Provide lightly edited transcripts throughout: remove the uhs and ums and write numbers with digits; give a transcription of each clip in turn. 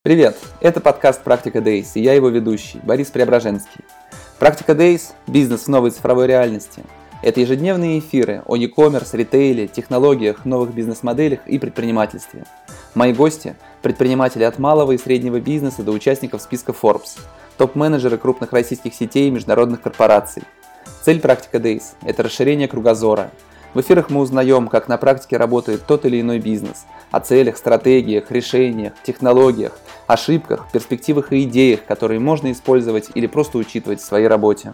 Привет! Это подкаст «Практика Days» и я его ведущий, Борис Преображенский. «Практика Days» – бизнес в новой цифровой реальности. Это ежедневные эфиры о e-commerce, ритейле, технологиях, новых бизнес-моделях и предпринимательстве. Мои гости – предприниматели от малого и среднего бизнеса до участников списка Forbes, топ-менеджеры крупных российских сетей и международных корпораций. Цель «Практика Days» – это расширение кругозора. В эфирах мы узнаем, как на практике работает тот или иной бизнес, о целях, стратегиях, решениях, технологиях, ошибках, перспективах и идеях, которые можно использовать или просто учитывать в своей работе.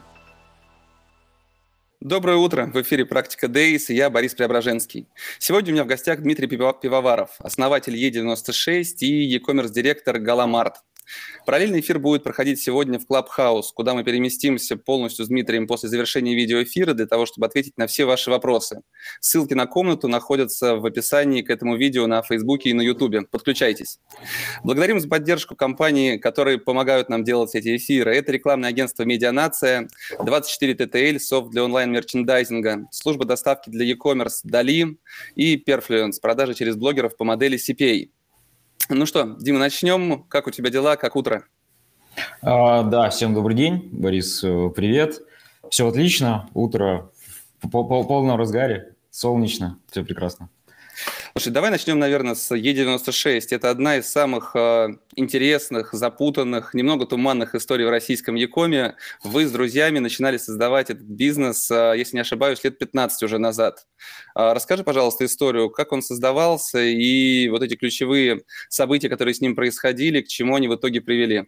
Доброе утро! В эфире «Практика Days» и я, Борис Преображенский. Сегодня у меня в гостях Дмитрий Пивоваров, основатель Е96 и e-commerce-директор Галамарт. Параллельный эфир будет проходить сегодня в Clubhouse, куда мы переместимся полностью с Дмитрием после завершения видеоэфира для того, чтобы ответить на все ваши вопросы. Ссылки на комнату находятся в описании к этому видео на Фейсбуке и на Ютубе. Подключайтесь. Благодарим за поддержку компаний, которые помогают нам делать эти эфиры. Это рекламное агентство «Медианация», 24TTL, софт для онлайн-мерчендайзинга, служба доставки для e-commerce «Дали» и Perfluence, продажи через блогеров по модели CPA. Ну что, Дима, начнем. Как у тебя дела, как утро? Да, всем добрый день, Борис, привет. Все отлично, утро в полном разгаре, солнечно, все прекрасно. Слушай, давай начнем, наверное, с Е96. Это одна из самых интересных, запутанных, немного туманных историй в российском e-коме. Вы с друзьями начинали создавать этот бизнес, если не ошибаюсь, лет 15 уже назад. Расскажи, пожалуйста, историю, как он создавался и вот эти ключевые события, которые с ним происходили, к чему они в итоге привели.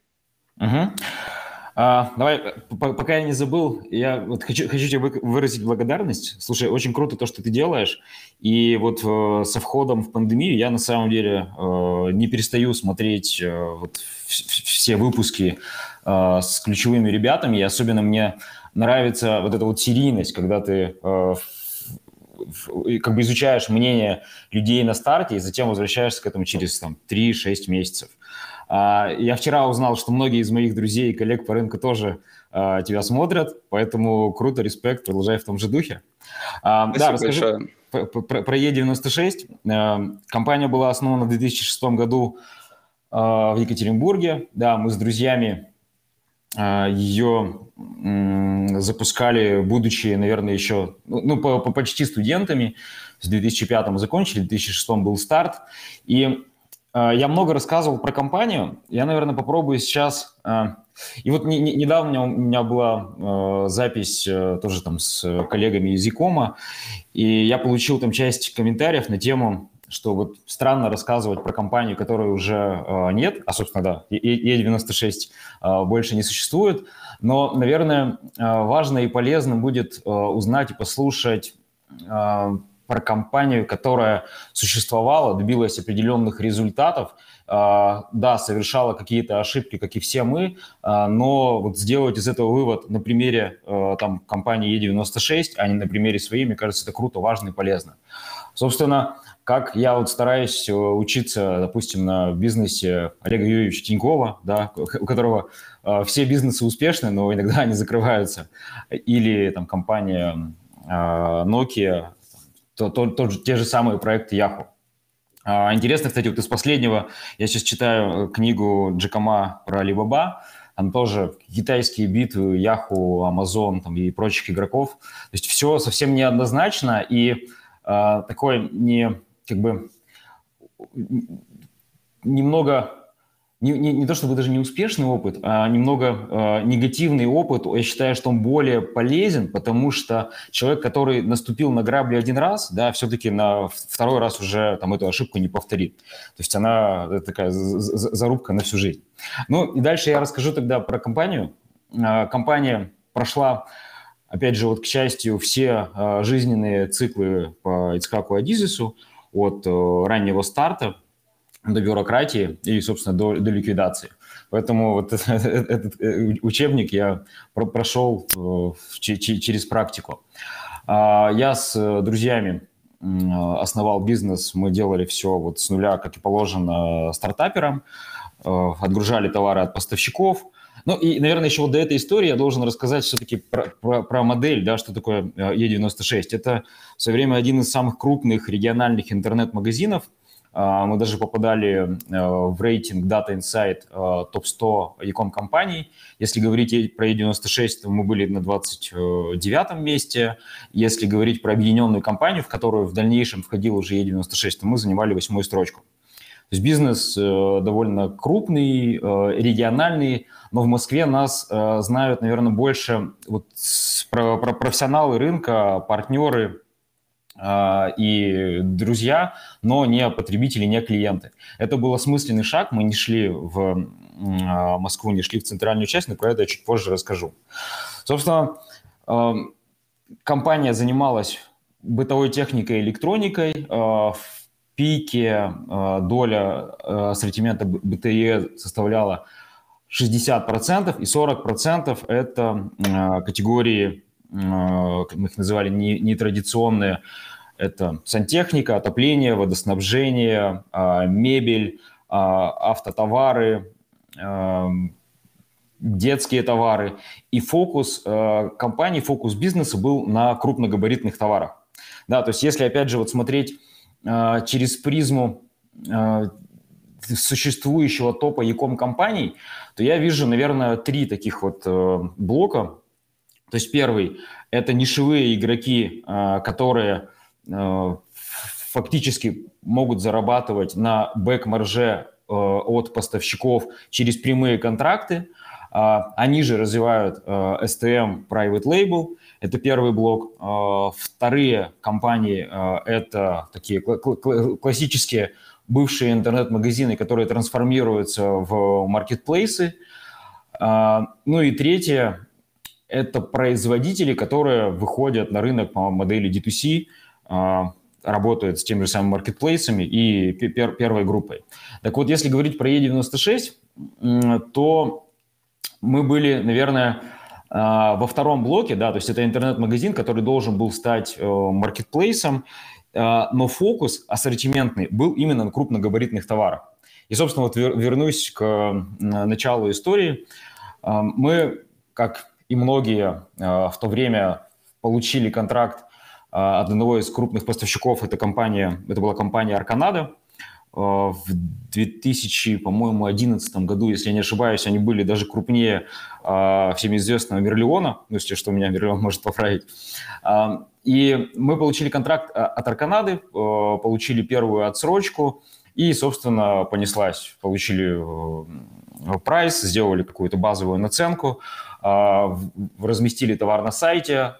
Давай, пока я не забыл, я вот хочу тебе выразить благодарность. Слушай, очень круто то, что ты делаешь. И вот со входом в пандемию я на самом деле не перестаю смотреть вот все выпуски с ключевыми ребятами. И особенно мне нравится вот эта вот серийность, когда ты как бы изучаешь мнение людей на старте и затем возвращаешься к этому через 3-6 месяцев. Я вчера узнал, что многие из моих друзей и коллег по рынку тоже тебя смотрят, поэтому круто, респект, продолжай в том же духе. Да, расскажи про Е96. Компания была основана в 2006 году в Екатеринбурге. Да, мы с друзьями ее запускали, будучи, наверное, еще почти студентами. С 2005 мы закончили, в 2006 был старт. И я много рассказывал про компанию. Я, наверное, попробую сейчас... И вот недавно у меня была запись тоже там с коллегами из e-кома, и я получил там часть комментариев на тему, что вот странно рассказывать про компанию, которой уже нет, а, собственно, да, Е96 больше не существует, но, наверное, важно и полезно будет узнать и послушать про компанию, которая существовала, добилась определенных результатов, да, совершала какие-то ошибки, как и все мы, но вот сделать из этого вывод на примере там, компании Е96, а не на примере своей, мне кажется, это круто, важно и полезно. Собственно, как я вот стараюсь учиться, допустим, на бизнесе Олега Юрьевича Тинькова, да, у которого все бизнесы успешны, но иногда они закрываются, или там компания Nokia, те же самые проекты Yahoo. Интересно, кстати, вот из последнего, я сейчас читаю книгу Джека Ма про Alibaba, там тоже китайские битвы, Yahoo, Amazon там, и прочих игроков. То есть все совсем неоднозначно, и такой немного... Не то чтобы даже не успешный опыт, а немного негативный опыт, я считаю, что он более полезен, потому что человек, который наступил на грабли один раз, да, все-таки на второй раз уже там эту ошибку не повторит. То есть она такая зарубка на всю жизнь. Ну и дальше я расскажу тогда про компанию. Компания прошла, опять же, вот к счастью, все жизненные циклы по Ицхаку Адизису от раннего старта до бюрократии и, собственно, до ликвидации. Поэтому вот этот учебник я прошел через практику. Я с друзьями основал бизнес, мы делали все вот с нуля, как и положено, стартаперам, отгружали товары от поставщиков. Ну и, наверное, еще вот до этой истории я должен рассказать все-таки про модель, да, что такое Е96. Это в свое время один из самых крупных региональных интернет-магазинов Мы даже попадали в рейтинг Data Insight топ-100 e-com компаний. Если говорить про E96, то мы были на 29-м месте. Если говорить про объединенную компанию, в которую в дальнейшем входил уже E96, то мы занимали 8-ю строчку. То есть бизнес довольно крупный, региональный, но в Москве нас знают, наверное, больше вот про профессионалы рынка, партнеры и друзья, но не потребители, не клиенты. Это был осмысленный шаг. Мы не шли в Москву, не шли в центральную часть, но про это я чуть позже расскажу. Собственно, компания занималась бытовой техникой и электроникой. В пике доля ассортимента БТЕ составляла 60%, и 40% это категории, как мы их называли, нетрадиционные. Это сантехника, отопление, водоснабжение, мебель, автотовары, детские товары. И фокус компании, фокус бизнеса был на крупногабаритных товарах. Да, то есть если, опять же, вот смотреть через призму существующего топа e-com компаний, то я вижу, наверное, 3 таких вот блока. То есть первый – это нишевые игроки, которые фактически могут зарабатывать на бэк-марже от поставщиков через прямые контракты. Они же развивают STM Private Label. Это первый блок. Вторые компании – это такие классические бывшие интернет-магазины, которые трансформируются в маркетплейсы. Ну и третье – это производители, которые выходят на рынок по модели D2C, работают с теми же самыми маркетплейсами и первой группой. Так вот, если говорить про E96, то мы были, наверное, во втором блоке, да, то есть это интернет-магазин, который должен был стать маркетплейсом, но фокус ассортиментный был именно на крупногабаритных товарах. И, собственно, вот вернусь к началу истории. Мы, как и многие, в то время получили контракт от одного из крупных поставщиков. Это была компания Арканада. В 2011 году, если я не ошибаюсь, они были даже крупнее всем известного Мерлиона, ну, если что, меня Мерлион может поправить. И мы получили контракт от Арканады, получили первую отсрочку и, собственно, понеслась. Получили прайс, сделали какую-то базовую наценку, разместили товар на сайте,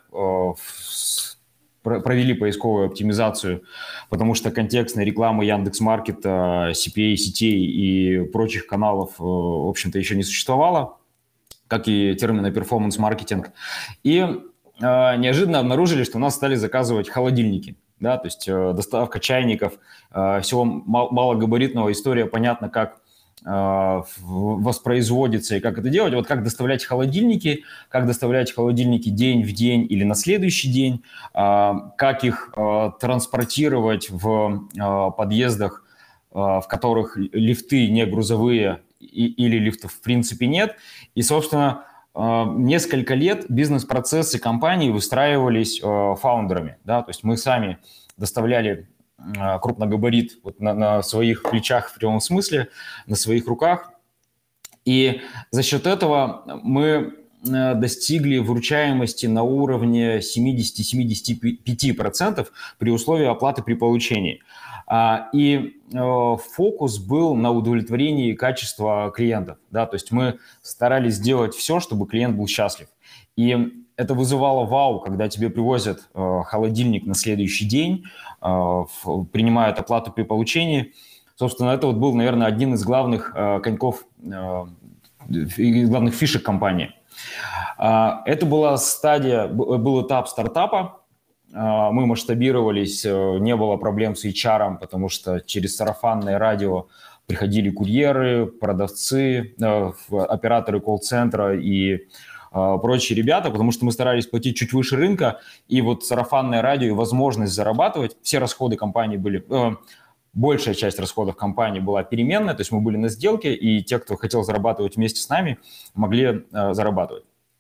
провели поисковую оптимизацию, потому что контекстной рекламы Яндекс.Маркета, CPA сетей и прочих каналов, в общем-то, еще не существовало, как и термина перформанс-маркетинг. И неожиданно обнаружили, что нас стали заказывать холодильники. Да, то есть доставка чайников, всего малогабаритного, история понятна, как воспроизводится и как это делать. Вот как доставлять холодильники день в день или на следующий день, как их транспортировать в подъездах, в которых лифты не грузовые или лифтов в принципе нет. И, собственно, несколько лет бизнес-процессы компании выстраивались фаундерами. Да? То есть мы сами доставляли крупногабарит вот на своих плечах в прямом смысле, на своих руках. И за счет этого мы достигли выручаемости на уровне 70-75% при условии оплаты при получении. И фокус был на удовлетворении качества клиентов. Да? То есть мы старались сделать все, чтобы клиент был счастлив. И это вызывало вау, когда тебе привозят холодильник на следующий день, принимают оплату при получении. Собственно, это вот был, наверное, один из главных коньков, главных фишек компании. Это была был этап стартапа. Мы масштабировались, не было проблем с HR, потому что через сарафанное радио приходили курьеры, продавцы, операторы колл-центра и прочие ребята, потому что мы старались платить чуть выше рынка, и вот сарафанное радио и возможность зарабатывать, все расходы компании были, большая часть расходов компании была переменная, то есть мы были на сделке, и те, кто хотел зарабатывать вместе с нами, могли зарабатывать.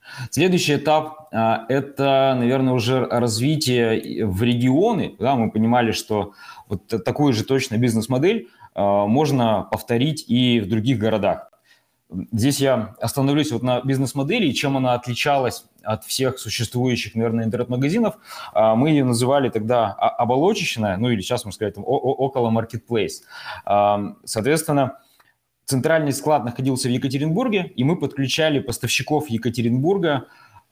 Следующий этап это, наверное, уже развитие в регионы. Да, мы понимали, что вот такую же точно бизнес-модель можно повторить и в других городах. Здесь я остановлюсь вот на бизнес-модели, и чем она отличалась от всех существующих, наверное, интернет-магазинов. Мы ее называли тогда оболочечная, ну или сейчас можно сказать около marketplace. Соответственно, центральный склад находился в Екатеринбурге, и мы подключали поставщиков Екатеринбурга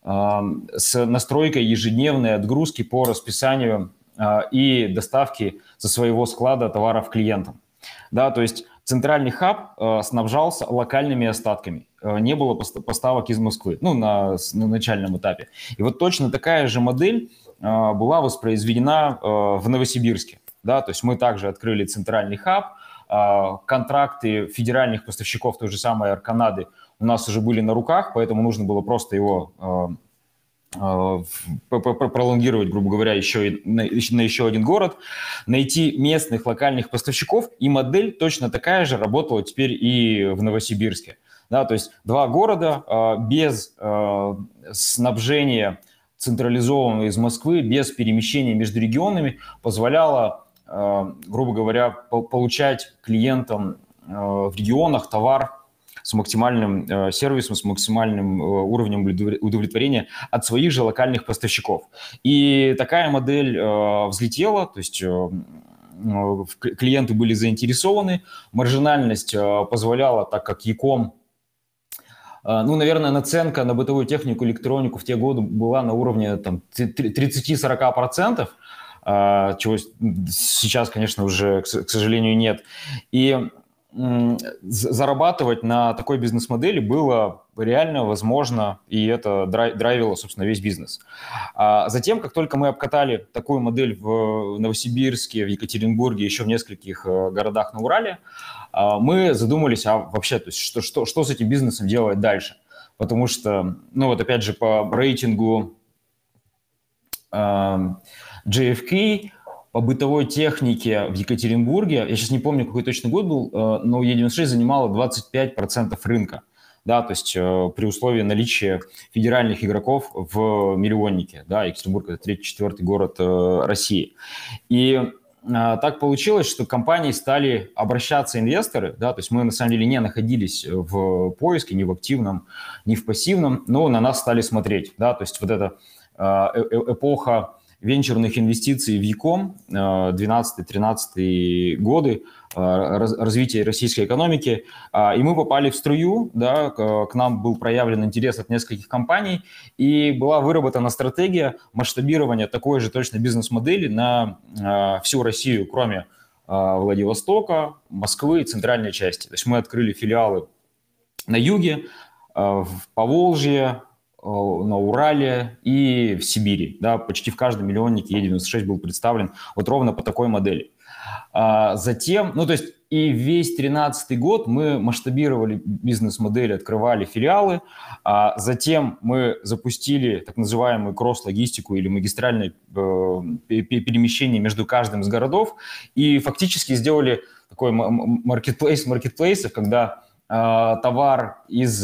с настройкой ежедневной отгрузки по расписанию и доставки со своего склада товаров клиентам. Да, то есть центральный хаб снабжался локальными остатками. Не было поставок из Москвы, ну, на начальном этапе. И вот точно такая же модель была воспроизведена в Новосибирске. Да, то есть мы также открыли центральный хаб, контракты федеральных поставщиков той же самой Арканады у нас уже были на руках, поэтому нужно было просто его пролонгировать, грубо говоря, еще на еще один город, найти местных локальных поставщиков, и модель точно такая же работала теперь и в Новосибирске. Да, то есть два города без снабжения централизованного из Москвы, без перемещения между регионами позволяло, грубо говоря, получать клиентам в регионах товар с максимальным сервисом, с максимальным уровнем удовлетворения от своих же локальных поставщиков. И такая модель взлетела, то есть клиенты были заинтересованы, маржинальность позволяла, так как Яком, ну, наверное, наценка на бытовую технику, электронику в те годы была на уровне там, 30-40%, чего сейчас, конечно, уже, к сожалению, нет. И зарабатывать на такой бизнес-модели было реально возможно, и это драйвило, собственно, весь бизнес. Затем, как только мы обкатали такую модель в Новосибирске, в Екатеринбурге, еще в нескольких городах на Урале, мы задумались, а вообще, то есть, что с этим бизнесом делать дальше? Потому что, ну вот опять же, по рейтингу GfK, по бытовой технике в Екатеринбурге, я сейчас не помню, какой точно год был, но Е96 занимала 25% рынка. Да, то есть при условии наличия федеральных игроков в миллионнике. Да, Екатеринбург – это 3-4 город России. И так получилось, что к компании стали обращаться инвесторы. Да, то есть мы на самом деле не находились в поиске, ни в активном, ни в пассивном, но на нас стали смотреть. Да, то есть вот эта эпоха венчурных инвестиций в Яком, 12-13 годы, развития российской экономики, и мы попали в струю, да, к нам был проявлен интерес от нескольких компаний, и была выработана стратегия масштабирования такой же точно бизнес-модели на всю Россию, кроме Владивостока, Москвы и центральной части. То есть мы открыли филиалы на юге, в Поволжье, на Урале и в Сибири. Да, почти в каждом миллионнике Е96 был представлен вот ровно по такой модели. Затем, ну то есть и весь 2013 год мы масштабировали бизнес-модели, открывали филиалы. Затем мы запустили так называемую кросс-логистику или магистральное перемещение между каждым из городов и фактически сделали такой маркетплейс маркетплейсов, когда товар из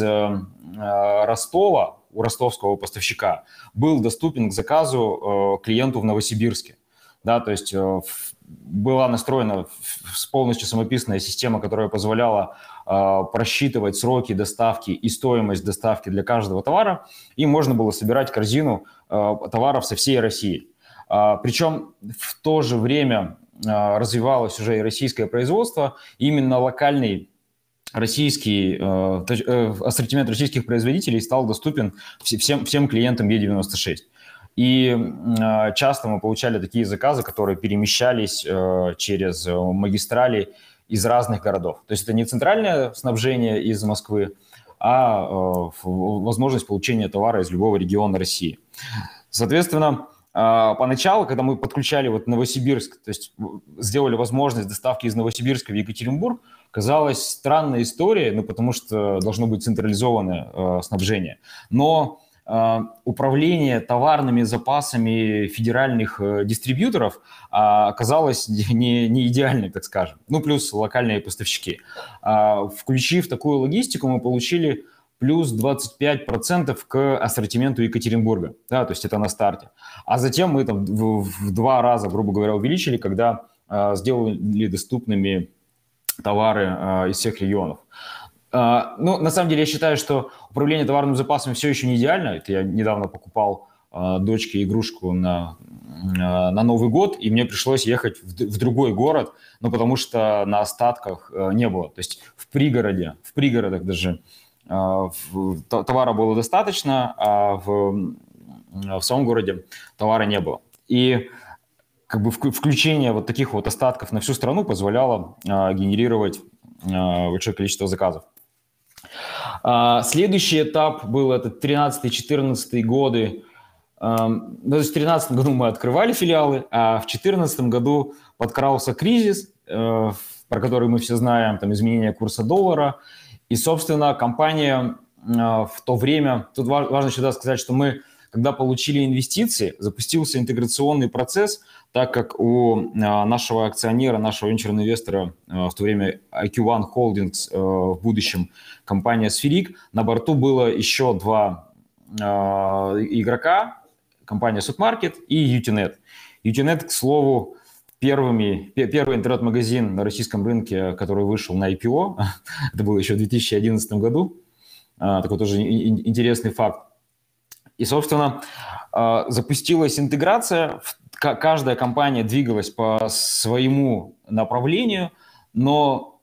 Ростова у ростовского поставщика был доступен к заказу клиенту в Новосибирске. Да, то есть была настроена полностью самописная система, которая позволяла просчитывать сроки доставки и стоимость доставки для каждого товара, и можно было собирать корзину товаров со всей России. Причем в то же время развивалось уже и российское производство, именно локальный российский ассортимент российских производителей стал доступен всем клиентам Е96. И часто мы получали такие заказы, которые перемещались через магистрали из разных городов. То есть это не центральное снабжение из Москвы, а возможность получения товара из любого региона России. Соответственно, поначалу, когда мы подключали вот Новосибирск, то есть сделали возможность доставки из Новосибирска в Екатеринбург, казалась странная история, ну, потому что должно быть централизованное снабжение. Но управление товарными запасами федеральных дистрибьюторов оказалось не идеальным, так скажем. Ну, плюс локальные поставщики. Включив такую логистику, мы получили плюс 25% к ассортименту Екатеринбурга, да, то есть это на старте. А затем мы там в 2 раза, грубо говоря, увеличили, когда сделали доступными товары из всех регионов. Ну, на самом деле, я считаю, что управление товарным запасом все еще не идеально. Это я недавно покупал дочке игрушку на Новый год, и мне пришлось ехать в другой город, ну, потому что на остатках не было. То есть в пригородах даже товара было достаточно, а в самом городе товара не было. И как бы включение вот таких вот остатков на всю страну позволяло генерировать большое количество заказов. Следующий этап был это 13-14 годы. То есть в 2013 году мы открывали филиалы, а в 2014 году подкрался кризис, про который мы все знаем, там изменение курса доллара. И, собственно, компания в то время, тут важно всегда сказать, что мы, когда получили инвестиции, запустился интеграционный процесс, так как у нашего акционера, нашего венчурного инвестора в то время IQ1 Holdings, в будущем компания Сферик, на борту было еще 2 игрока, компания Сутмаркет и UTNet. UTNet, к слову, первый интернет-магазин на российском рынке, который вышел на IPO, это было еще в 2011 году, такой тоже интересный факт. И, собственно, запустилась интеграция, каждая компания двигалась по своему направлению, но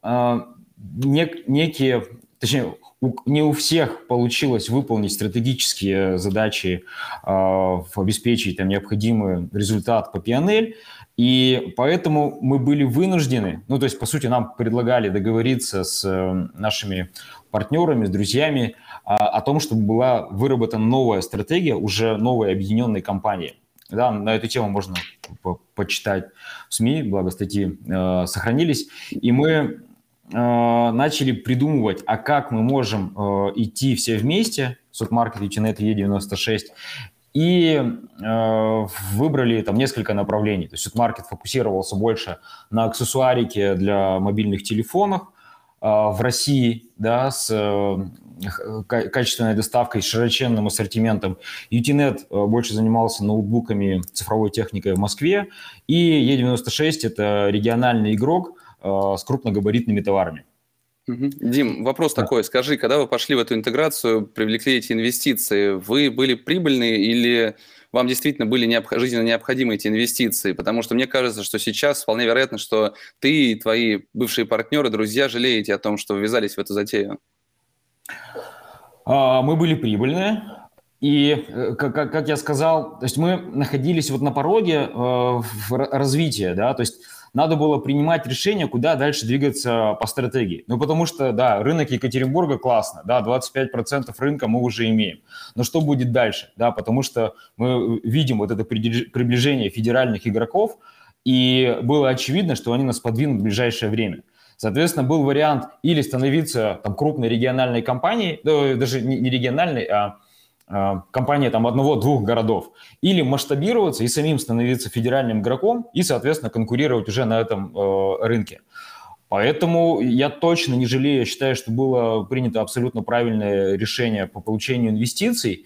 не у всех получилось выполнить стратегические задачи, обеспечить там необходимый результат по P&L, и поэтому мы были вынуждены, ну то есть по сути нам предлагали договориться с нашими партнерами, с друзьями о том, чтобы была выработана новая стратегия уже новой объединенной компании. Да, на эту тему можно почитать в СМИ, благо статьи сохранились, и мы начали придумывать, а как мы можем идти все вместе, Сутмаркет, UTNet и E96, и выбрали там несколько направлений. То есть Сутмаркет фокусировался больше на аксессуарике для мобильных телефонов в России, да, с качественной доставкой, с широченным ассортиментом. UTNet больше занимался ноутбуками, цифровой техникой в Москве, и E96 – это региональный игрок с крупногабаритными товарами. Дим, вопрос такой. Скажи, когда вы пошли в эту интеграцию, привлекли эти инвестиции, вы были прибыльны или вам действительно были жизненно необходимы эти инвестиции? Потому что мне кажется, что сейчас вполне вероятно, что ты и твои бывшие партнеры, друзья жалеете о том, что ввязались в эту затею. Мы были прибыльны. И, как я сказал, то есть мы находились вот на пороге развития, да, то есть надо было принимать решение, куда дальше двигаться по стратегии. Ну, потому что, да, рынок Екатеринбурга классно, да, 25% рынка мы уже имеем. Но что будет дальше, да, потому что мы видим вот это приближение федеральных игроков, и было очевидно, что они нас подвинут в ближайшее время. Соответственно, был вариант или становиться там крупной региональной компанией, даже не региональной, а компания там 1-2 городов, или масштабироваться и самим становиться федеральным игроком и, соответственно, конкурировать уже на этом рынке. Поэтому я точно не жалею, я считаю, что было принято абсолютно правильное решение по получению инвестиций.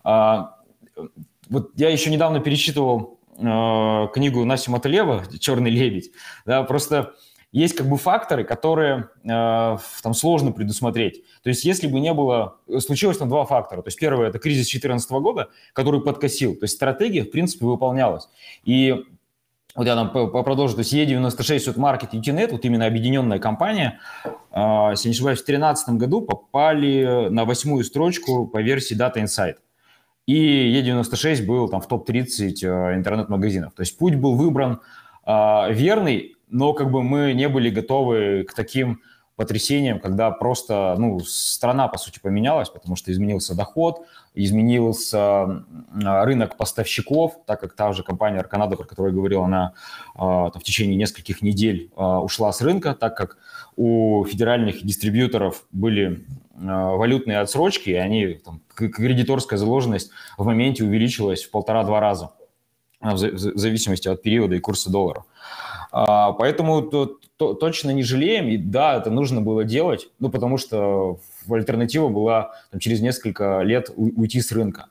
Вот я еще недавно перечитывал книгу Наси Маталева «Черный лебедь». Да, просто есть как бы факторы, которые там сложно предусмотреть. То есть если бы не было... Случилось там 2 фактора. То есть первое – это кризис 2014 года, который подкосил. То есть стратегия, в принципе, выполнялась. И вот я там продолжу. То есть E96, Сутмаркет, UTNet, вот именно объединенная компания, если не ошибаюсь, в 2013 году попали на 8-ю строчку по версии Data Insight. И E96 был там в топ-30 интернет-магазинов. То есть путь был выбран верный, но как бы мы не были готовы к таким потрясениям, когда просто, страна, по сути, поменялась, потому что изменился доход, изменился рынок поставщиков, так как та же компания Арканада, про которую я говорил, она в течение нескольких недель ушла с рынка, так как у федеральных дистрибьюторов были валютные отсрочки, и они, кредиторская заложенность в моменте увеличилась в 1,5-2 раза, в зависимости от периода и курса доллара. Поэтому точно не жалеем, и да, это нужно было делать, ну, потому что альтернатива была там, через несколько лет уйти с рынка.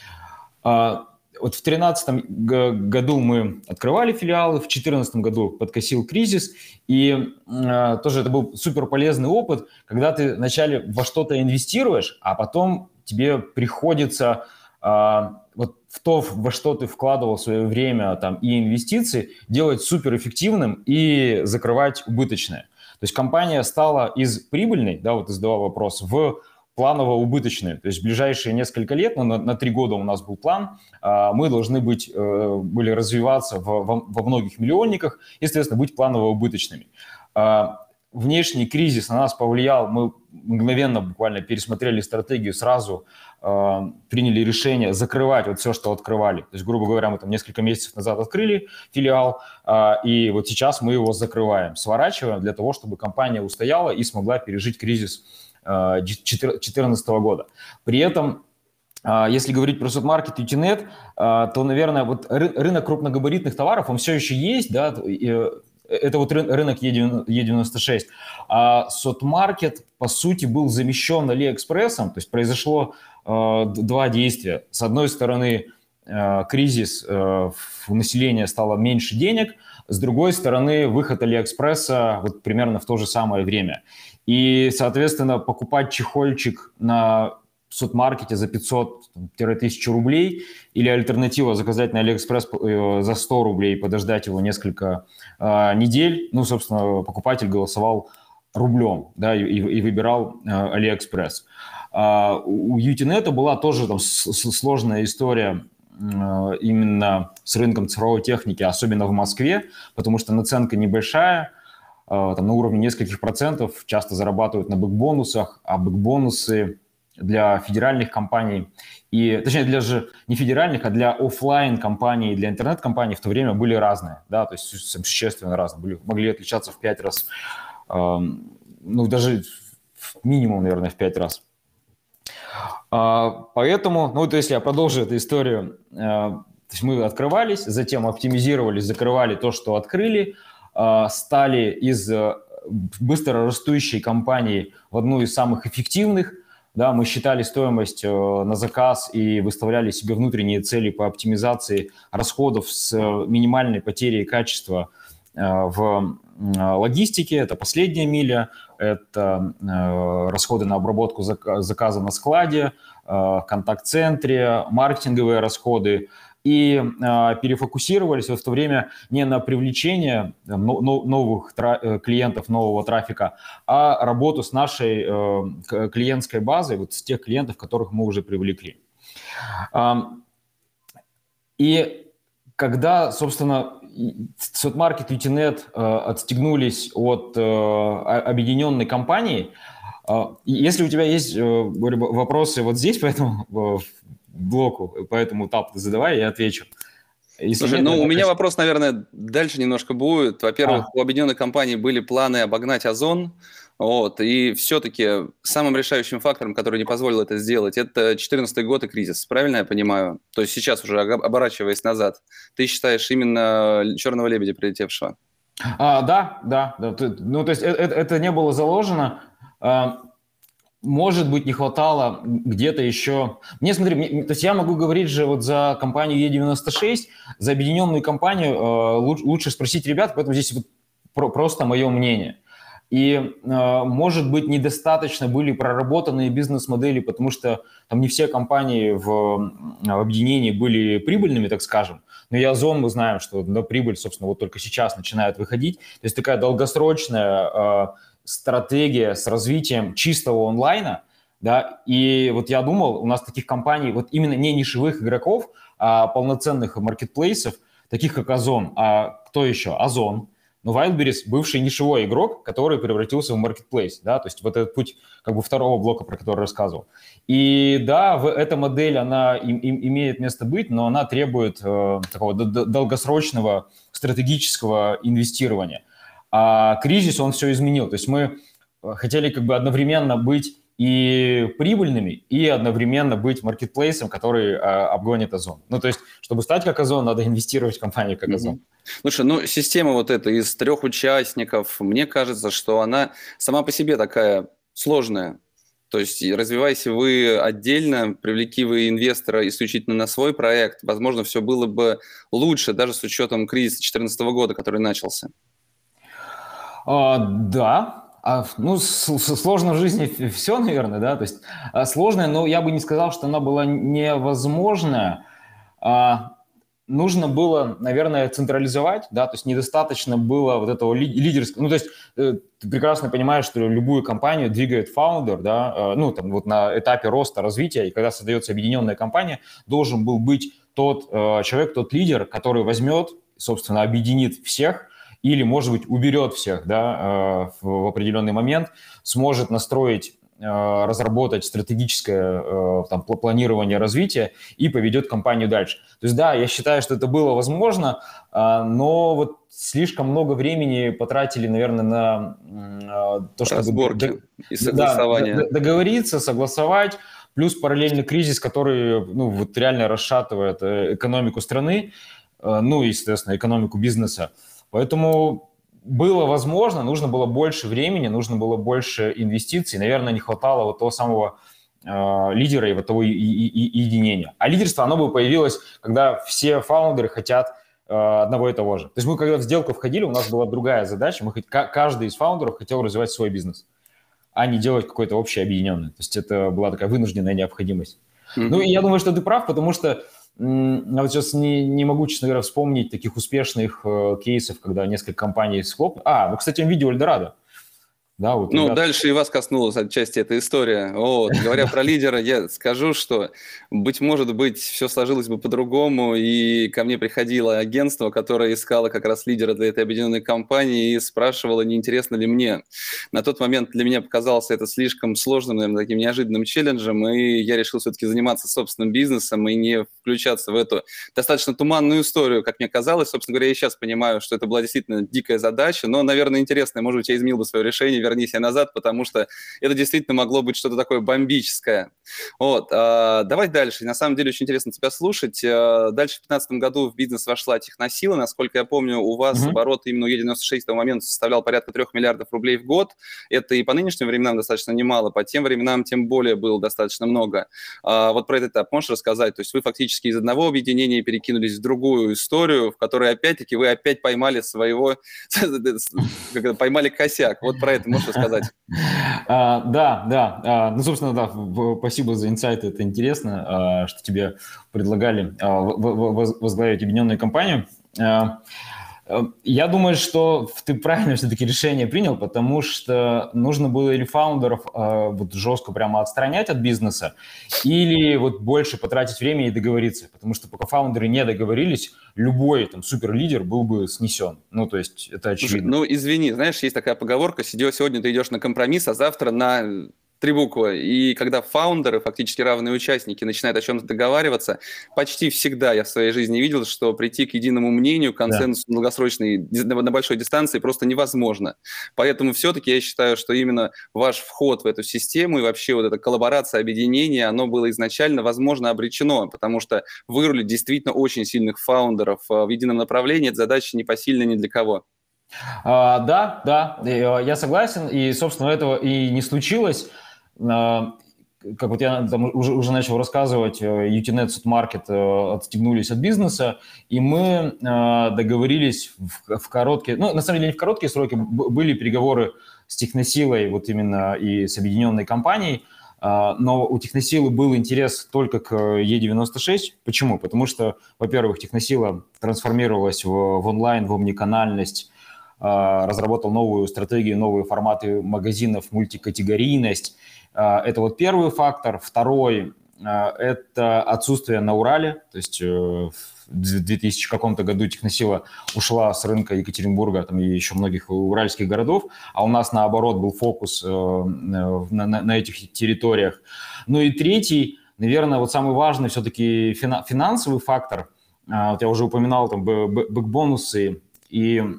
Вот в 2013 году мы открывали филиалы, в 2014 году подкосил кризис, и тоже это был супер полезный опыт, когда ты вначале во что-то инвестируешь, а потом тебе приходится вот в то, во что ты вкладывал свое время там, и инвестиции, делать суперэффективным и закрывать убыточное. То есть компания стала из прибыльной, да, вот ты задавал вопрос, в планово-убыточные. То есть в ближайшие несколько лет, на 3 года у нас был план, мы должны были развиваться во многих миллионниках и, соответственно, быть планово-убыточными. Внешний кризис на нас повлиял, мы мгновенно буквально пересмотрели стратегию, сразу приняли решение закрывать вот все, что открывали. То есть, грубо говоря, мы там несколько месяцев назад открыли филиал, и вот сейчас мы его закрываем, сворачиваем для того, чтобы компания устояла и смогла пережить кризис 2014 года. При этом, если говорить про SOTMarket и Utinet, то, наверное, вот рынок крупногабаритных товаров, он все еще есть, да, это вот рынок E96. А SOTMarket, по сути, был замещен AliExpress, то есть произошло два действия. С одной стороны, кризис, у населения стало меньше денег, с другой стороны, выход AliExpress вот примерно в то же самое время. И, соответственно, покупать чехольчик на SOTMarket за 500-1000 рублей или альтернатива заказать на AliExpress за 100 рублей, подождать его несколько недель. Ну, собственно, покупатель голосовал рублем, да, и выбирал AliExpress. У Utinet была тоже там сложная история именно с рынком цифровой техники, особенно в Москве, потому что наценка небольшая, там на уровне нескольких процентов, часто зарабатывают на бэкбонусах, а бэкбонусы для федеральных компаний, и, точнее, для же не федеральных, а для офлайн компаний, для интернет-компаний в то время были разные, да, то есть существенно разные, могли отличаться в 5 раз, ну, даже минимум, наверное, в 5 раз. Поэтому, ну, вот если я продолжу эту историю, то есть мы открывались, затем оптимизировались, закрывали то, что открыли, стали из быстро растущей компании в одну из самых эффективных. Да, мы считали стоимость на заказ и выставляли себе внутренние цели по оптимизации расходов с минимальной потерей качества в логистике. Это последняя миля, это расходы на обработку заказа на складе, контакт-центре, маркетинговые расходы. И перефокусировались в то время не на привлечение новых клиентов, нового трафика, а работу с нашей клиентской базой, вот с тех клиентов, которых мы уже привлекли. И когда, собственно, SOTMarket и Utinet отстегнулись от объединенной компании, если у тебя есть вопросы вот здесь, поэтому блоку, поэтому тап задавай, я отвечу. Слушай, ну у меня вопрос, наверное, дальше немножко будет. Во-первых, у объединенной компании были планы обогнать Озон, вот, и все-таки самым решающим фактором, который не позволил это сделать, это 2014 год и кризис, правильно я понимаю? То есть сейчас уже оборачиваясь назад, ты считаешь именно черного лебедя прилетевшего? Да. Ну, то есть это не было заложено. Может быть, не хватало где-то еще... Смотри, то есть я могу говорить же вот за компанию E96, за объединенную компанию лучше спросить ребят, поэтому здесь вот просто мое мнение. И, может быть, недостаточно были проработанные бизнес-модели, потому что там не все компании в объединении были прибыльными, так скажем. Но и Озон мы знаем, что на прибыль, собственно, вот только сейчас начинает выходить. То есть такая долгосрочная стратегия с развитием чистого онлайна, да, и вот я думал, у нас таких компаний, вот именно не нишевых игроков, а полноценных маркетплейсов, таких как Озон, а кто еще? Озон. Но Wildberries – бывший нишевой игрок, который превратился в маркетплейс, да, то есть вот этот путь как бы второго блока, про который рассказывал. И да, эта модель, она имеет место быть, но она требует такого долгосрочного стратегического инвестирования. А кризис, он все изменил. То есть мы хотели как бы одновременно быть и прибыльными, и одновременно быть маркетплейсом, который обгонит Озон. Ну, то есть, чтобы стать как Озон, надо инвестировать в компанию как Озон. Слушай, ну система вот эта из 3 участников, мне кажется, что она сама по себе такая сложная. То есть развивайся вы отдельно, привлеки вы инвестора исключительно на свой проект, возможно, все было бы лучше, даже с учетом кризиса 2014 года, который начался. Да. Ну, сложно в жизни все, наверное, да, то есть сложное, но я бы не сказал, что она была невозможная. Нужно было, наверное, централизовать, да, то есть недостаточно было вот этого лидерского, ну, то есть ты прекрасно понимаешь, что любую компанию двигает фаундер, да, ну, там вот на этапе роста, развития, и когда создается объединенная компания, должен был быть тот человек, тот лидер, который возьмет, собственно, объединит всех, или, может быть, уберет всех, да, в определенный момент, сможет настроить, разработать стратегическое там, планирование развития и поведет компанию дальше. То есть, да, я считаю, что это было возможно, но вот слишком много времени потратили, наверное, на то, чтобы Разборки и согласования. договориться, согласовать, плюс параллельный кризис, который, ну, вот реально расшатывает экономику страны, ну и, естественно, экономику бизнеса. Поэтому было возможно, нужно было больше времени, нужно было больше инвестиций. Наверное, не хватало вот того самого лидера и вот того единения. А лидерство, оно бы появилось, когда все фаундеры хотят одного и того же. То есть мы, когда в сделку входили, у нас была другая задача. Каждый из фаундеров хотел развивать свой бизнес, а не делать какой-то общий объединенный. То есть это была такая вынужденная необходимость. Ну, и я думаю, что ты прав, потому что я вот сейчас не могу, честно говоря, вспомнить таких успешных кейсов, когда несколько компаний схлопнули. Ну, кстати, видео Эльдорадо. Да, вот, ну, дальше и вас коснулась отчасти эта история. Вот. Говоря про лидера, я скажу, что, быть может быть, все сложилось бы по-другому, и ко мне приходило агентство, которое искало как раз лидера для этой объединенной компании и спрашивало, не интересно ли мне. На тот момент для меня показался это слишком сложным, наверное, таким неожиданным челленджем, и я решил все-таки заниматься собственным бизнесом и не включаться в эту достаточно туманную историю, как мне казалось. Собственно говоря, я сейчас понимаю, что это была действительно дикая задача, но, наверное, интересная. Может быть, я изменил бы свое решение, вернись я назад, потому что это действительно могло быть что-то такое бомбическое. Вот. Давай дальше. На самом деле очень интересно тебя слушать. Дальше в 2015 году в бизнес вошла Техносила. Насколько я помню, у вас оборот именно у Е96 того момента составлял порядка 3 миллиардов рублей в год. Это и по нынешним временам достаточно немало, по тем временам тем более было достаточно много. Вот про этот этап можешь рассказать? То есть вы фактически из одного объединения перекинулись в другую историю, в которой опять-таки вы опять поймали своего, поймали косяк. Вот про это можешь рассказать? Да. Ну, собственно, да, спасибо за инсайты, это интересно, что тебе предлагали возглавить объединенную компанию. Я думаю, что ты правильно все-таки решение принял, потому что нужно было или фаундеров вот жестко прямо отстранять от бизнеса, или вот больше потратить время и договориться, потому что пока фаундеры не договорились, любой там суперлидер был бы снесен. Ну, то есть это очевидно. Слушай, ну, извини, знаешь, есть такая поговорка, сегодня ты идешь на компромисс, а завтра на 3 буквы. И когда фаундеры, фактически равные участники, начинают о чем-то договариваться, почти всегда я в своей жизни видел, что прийти к единому мнению, консенсусу долгосрочной, на большой дистанции просто невозможно. Поэтому все-таки я считаю, что именно ваш вход в эту систему и вообще вот эта коллаборация, объединение, оно было изначально, возможно, обречено, потому что вырулить действительно очень сильных фаундеров в едином направлении – это задача непосильная ни для кого. Да, я согласен, и, собственно, этого и не случилось. Как вот я там уже начал рассказывать, UTNet, Судмаркет отстегнулись от бизнеса, и мы договорились в короткие, ну, на самом деле не в короткие сроки, были переговоры с Техносилой, вот именно и с объединенной компанией, но у Техносилы был интерес только к Е96. Почему? Потому что, во-первых, Техносила трансформировалась в онлайн, в омниканальность, разработал новую стратегию, новые форматы магазинов, мультикатегорийность. Это вот первый фактор. Второй – это отсутствие на Урале. То есть в 2000 каком-то году Техносила ушла с рынка Екатеринбурга там, и еще многих уральских городов, а у нас, наоборот, был фокус на этих территориях. Ну и третий, наверное, вот самый важный все-таки финансовый фактор. Вот я уже упоминал там бэкбонусы и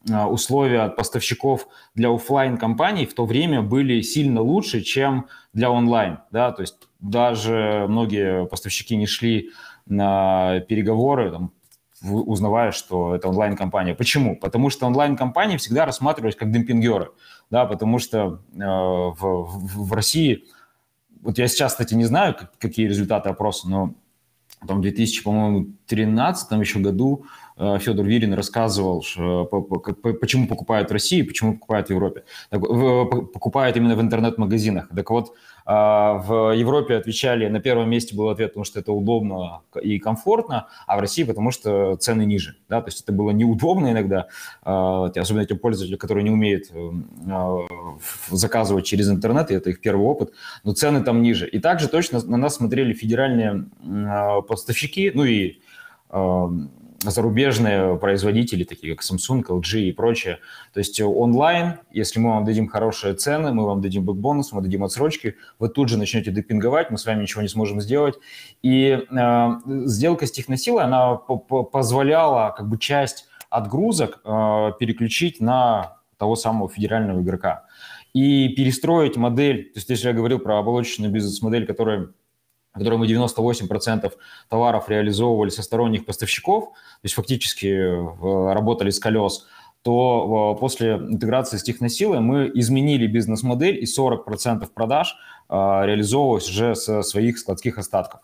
условия от поставщиков для офлайн-компаний в то время были сильно лучше, чем для онлайн. Да? То есть даже многие поставщики не шли на переговоры, там, узнавая, что это онлайн-компания. Почему? Потому что онлайн-компании всегда рассматривались как демпингеры. Да? Потому что в России, вот я сейчас, кстати, не знаю, какие результаты опроса, но в 2013 еще году Федор Вирин рассказывал, почему покупают в России, почему покупают в Европе. Покупают именно в интернет-магазинах. Так вот, в Европе отвечали, на первом месте был ответ, потому что это удобно и комфортно, а в России, потому что цены ниже. Да? То есть это было неудобно иногда, особенно тем пользователям, которые не умеют заказывать через интернет, и это их первый опыт, но цены там ниже. И также точно на нас смотрели федеральные поставщики, ну и зарубежные производители, такие как Samsung, LG и прочее. То есть онлайн, если мы вам дадим хорошие цены, мы вам дадим бэкбонус, мы дадим отсрочки, вы тут же начнете демпинговать, мы с вами ничего не сможем сделать. И сделка с Техносилой, она позволяла как бы часть отгрузок переключить на того самого федерального игрока. И перестроить модель, то есть если я говорил про оболочечную бизнес-модель, которой мы 98% товаров реализовывали со сторонних поставщиков, то есть фактически работали с колес, то после интеграции с Техносилой мы изменили бизнес-модель, и 40% продаж реализовывалось уже со своих складских остатков.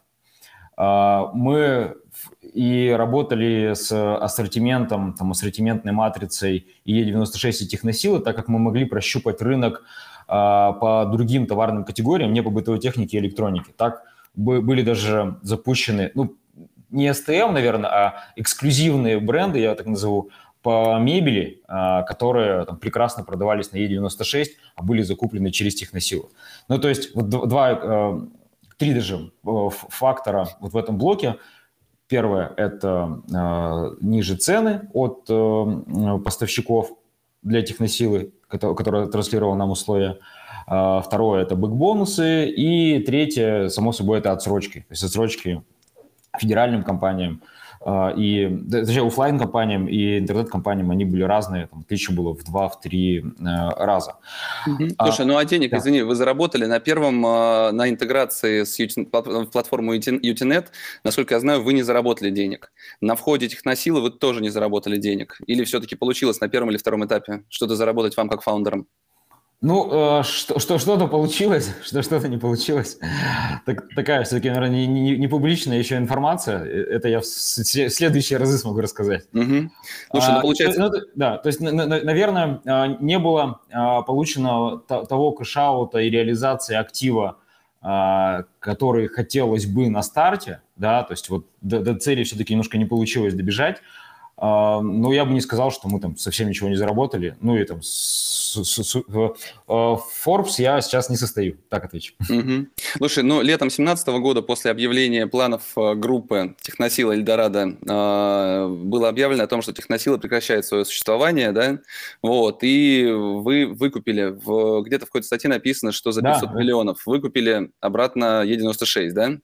Мы и работали с ассортиментом, ассортиментной матрицей Е96 и Техносилы, так как мы могли прощупать рынок по другим товарным категориям, не по бытовой технике и электронике. Так были даже запущены, не STM, наверное, а эксклюзивные бренды, я так назову, по мебели, которые прекрасно продавались на Е96, а были закуплены через Техносилу. Ну, то есть вот три даже фактора вот в этом блоке. Первое – это ниже цены от поставщиков для Техносилы, которые транслировали нам условия. Второе – это бэкбонусы. И третье, само собой, это отсрочки. То есть отсрочки федеральным компаниям и даже офлайн-компаниям и интернет-компаниям, они были разные. Там отличие было в 2-3 раза. Слушай, а денег, да. Извини, вы заработали на первом, на интеграции с платформу Utenet, насколько я знаю, вы не заработали денег. На входе Техносилы вы тоже не заработали денег. Или все-таки получилось на первом или втором этапе что-то заработать вам как фаундерам? Что-то получилось, что-то не получилось. Такая все-таки, наверное, не публичная еще информация. Это я в следующие разы смогу рассказать. Угу. Слушай, получается... Да, то есть, наверное, не было получено того кэш-аута и реализации актива, который хотелось бы на старте, да, то есть вот до цели все-таки немножко не получилось добежать. Но я бы не сказал, что мы там совсем ничего не заработали. Ну и там в Forbes я сейчас не состою, так отвечу. Угу. Слушай, летом 2017 года после объявления планов группы Техносила Эльдорадо было объявлено о том, что Техносила прекращает свое существование, да, вот, и вы выкупили, где-то в какой-то статье написано, что за 500 миллионов выкупили обратно Е96, да?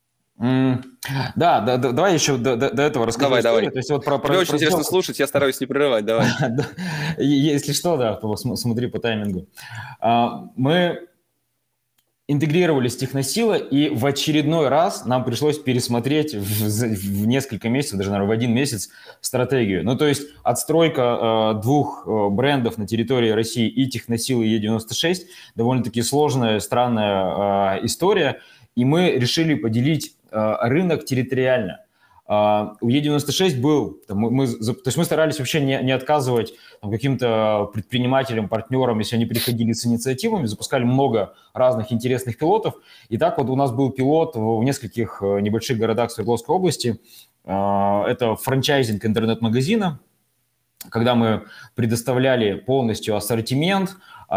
Да, давай еще до этого расскажу историю. Давай. То есть вот Тебе очень интересно слушать, я стараюсь не прерывать, давай. Если что, да, смотри по таймингу. Мы интегрировались с Техносилой, и в очередной раз нам пришлось пересмотреть в несколько месяцев, даже, наверное, в один месяц стратегию. Ну, то есть отстройка двух брендов на территории России и Техносилы, и Е96 довольно-таки сложная, странная история, и мы решили поделить рынок территориально. У Е96 был, то есть мы старались вообще не отказывать каким-то предпринимателям, партнерам, если они приходили с инициативами, запускали много разных интересных пилотов. И так вот у нас был пилот в нескольких небольших городах Свердловской области. Это франчайзинг интернет-магазина, когда мы предоставляли полностью ассортимент,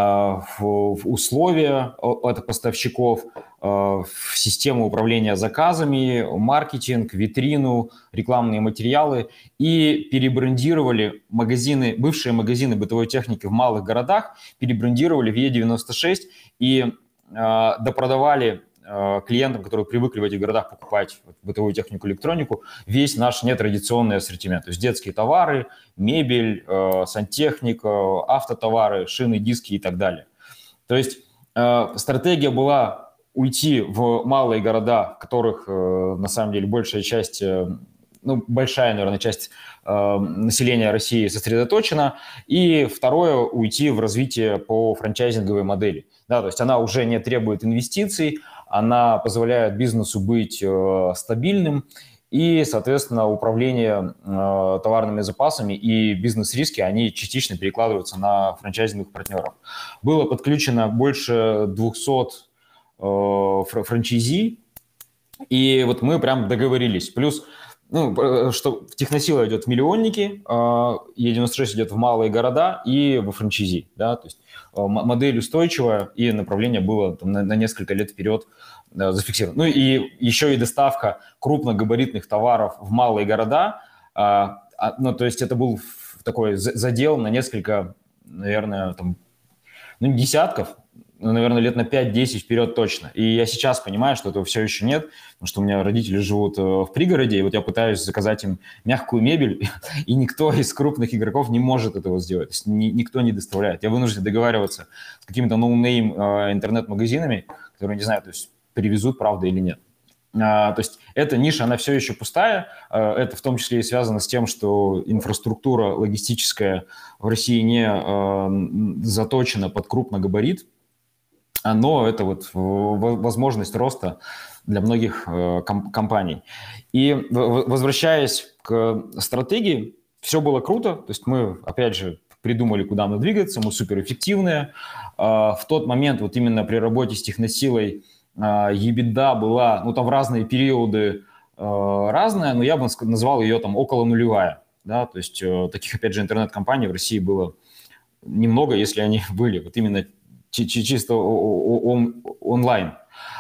условия от поставщиков, в систему управления заказами, маркетинг, витрину, рекламные материалы и перебрендировали бывшие магазины бытовой техники в малых городах, перебрендировали в Е96 и допродавали клиентам, которые привыкли в этих городах покупать бытовую технику, электронику, весь наш нетрадиционный ассортимент. То есть детские товары, мебель, сантехника, автотовары, шины, диски и так далее. То есть стратегия была уйти в малые города, в которых на самом деле большая часть, большая, наверное, часть населения России сосредоточена. И второе, уйти в развитие по франчайзинговой модели. Да, то есть она уже не требует инвестиций, она позволяет бизнесу быть стабильным, и, соответственно, управление товарными запасами и бизнес-риски, они частично перекладываются на франчайзинговых партнеров. Было подключено больше 200 франчайзи, и вот мы прям договорились. Плюс, что Техносила идет в миллионники, Е96 идет в малые города и во франчайзи. Да? То есть модель устойчивая, и направление было там, на несколько лет вперед зафиксировано. Ну и еще и доставка крупногабаритных товаров в малые города. То есть это был такой задел на несколько, наверное, там, десятков, наверное, лет на 5-10 вперед точно. И я сейчас понимаю, что этого все еще нет, потому что у меня родители живут в пригороде, и вот я пытаюсь заказать им мягкую мебель, и никто из крупных игроков не может этого сделать. То есть никто не доставляет. Я вынужден договариваться с какими-то ноунейм интернет-магазинами, которые не знаю, то есть привезут, правда или нет. То есть эта ниша, она все еще пустая. Это в том числе и связано с тем, что инфраструктура логистическая в России не заточена под крупногабарит, но это вот возможность роста для многих компаний. И возвращаясь к стратегии, все было круто. То есть мы, опять же, придумали, куда мы двигаться, мы суперэффективные. В тот момент вот именно при работе с Техносилой EBITDA была, там в разные периоды разная, но я бы назвал ее там около нулевая. Да? То есть таких, опять же, интернет-компаний в России было немного, если они были. Вот именно чисто онлайн.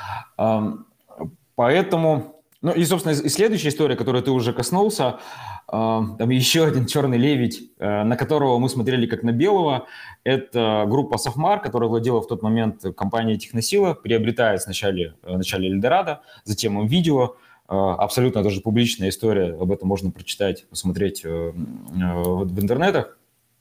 Поэтому, и, собственно, и следующая история, которую ты уже коснулся, там еще один черный лебедь, на которого мы смотрели как на белого, это группа Safmar, которая владела в тот момент компанией Техносила, приобретает вначале Эльдорадо, затем МВидео. Абсолютно тоже публичная история, об этом можно прочитать, посмотреть в интернетах.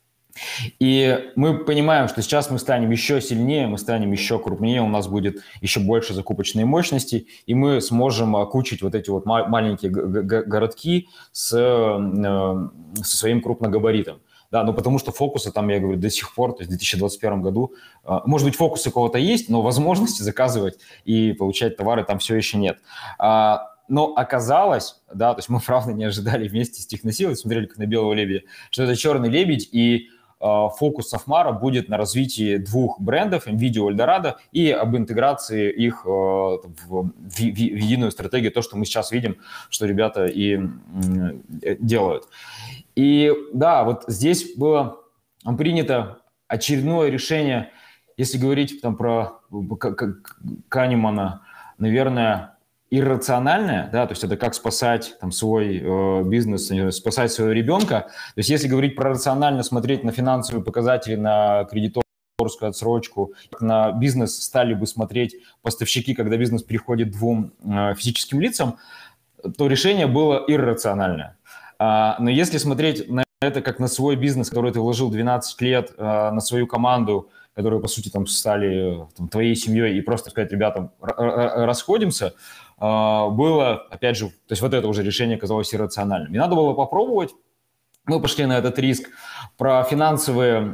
И мы понимаем, что сейчас мы станем еще сильнее, мы станем еще крупнее, у нас будет еще больше закупочной мощности, и мы сможем окучить вот эти вот маленькие городки со своим крупногабаритом. Да, потому что фокуса там, я говорю, до сих пор, то есть в 2021 году, может быть, фокусы у кого-то есть, но возможности заказывать и получать товары там все еще нет. Но оказалось, да, то есть мы, правда, не ожидали вместе с Техносилой, смотрели как на белого лебедя, что это черный лебедь, и фокус Safmar будет на развитии двух брендов, МВидео и Эльдорадо, и об интеграции их в единую стратегию, то, что мы сейчас видим, что ребята и делают. И да, вот здесь было принято очередное решение, если говорить там про Канемана, наверное, иррациональное, да, то есть это как спасать там свой бизнес, спасать своего ребенка. То есть если говорить про рационально смотреть на финансовые показатели, на кредиторскую отсрочку, на бизнес стали бы смотреть поставщики, когда бизнес переходит к двум физическим лицам, то решение было иррациональное. Но если смотреть на это как на свой бизнес, который ты вложил 12 лет, на свою команду, которые, по сути, там стали твоей семьей, и просто сказать, ребятам, расходимся, было, опять же, то есть вот это уже решение казалось иррациональным. И надо было попробовать. Мы пошли на этот риск. Про финансовую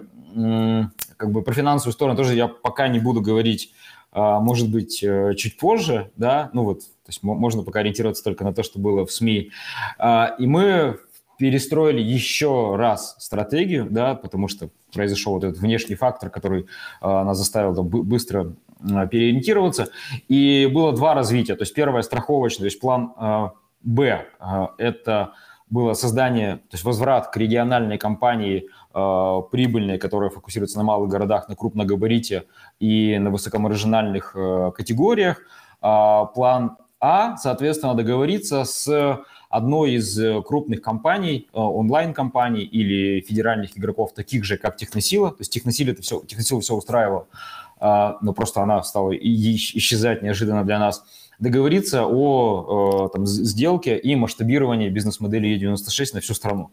сторону тоже я пока не буду говорить, может быть, чуть позже, да, то есть можно пока ориентироваться только на то, что было в СМИ. И мы перестроили еще раз стратегию, да, потому что произошел вот этот внешний фактор, который нас заставил быстро переориентироваться. И было два развития. То есть первое страховочное, то есть план Б, это было создание, то есть возврат к региональной компании прибыльной, которая фокусируется на малых городах, на крупногабарите и на высокомаржинальных категориях. План А, соответственно, договориться с одной из крупных компаний, онлайн-компаний или федеральных игроков, таких же, как Техносила. То есть Техносила все устраивало но просто она стала исчезать неожиданно для нас, договориться о там, сделке и масштабировании бизнес-модели E96 на всю страну.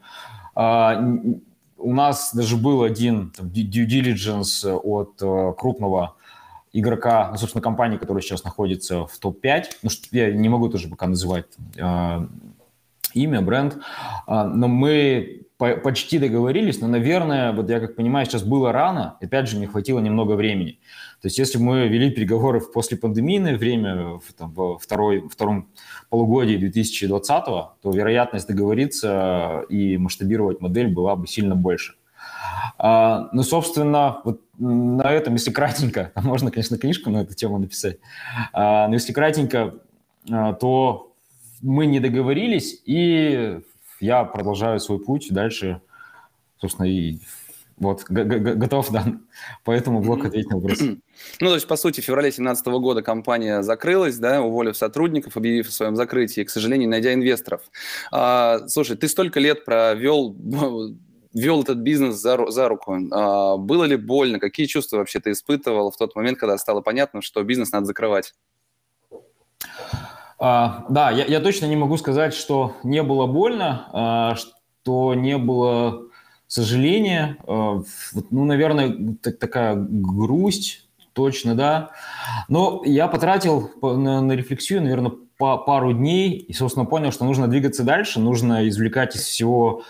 У нас даже был один там, due diligence от крупного игрока, собственно, компании, которая сейчас находится в топ-5. Ну, я не могу тоже пока называть имя, бренд, но мы почти договорились, но, наверное, вот я как понимаю, сейчас было рано, опять же, не хватило немного времени. То есть если бы мы вели переговоры в послепандемийное время, во втором полугодии 2020-го, то вероятность договориться и масштабировать модель была бы сильно больше. Ну, собственно, вот на этом, если кратенько, можно, конечно, книжку на эту тему написать, но если кратенько, то мы не договорились, и я продолжаю свой путь дальше, собственно, и вот, готов, да, по этому блоку ответить на вопрос. Ну, то есть, по сути, в феврале 2017 года компания закрылась, да, уволив сотрудников, объявив о своем закрытии, к сожалению, найдя инвесторов. Слушай, ты столько лет вел этот бизнес за руку. Было ли больно? Какие чувства вообще ты испытывал в тот момент, когда стало понятно, что бизнес надо закрывать? Да, я точно не могу сказать, что не было больно, что не было сожаления. Ну, наверное, такая грусть, точно, да. Но я потратил на рефлексию, наверное, пару дней и, собственно, понял, что нужно двигаться дальше, нужно извлекать из всего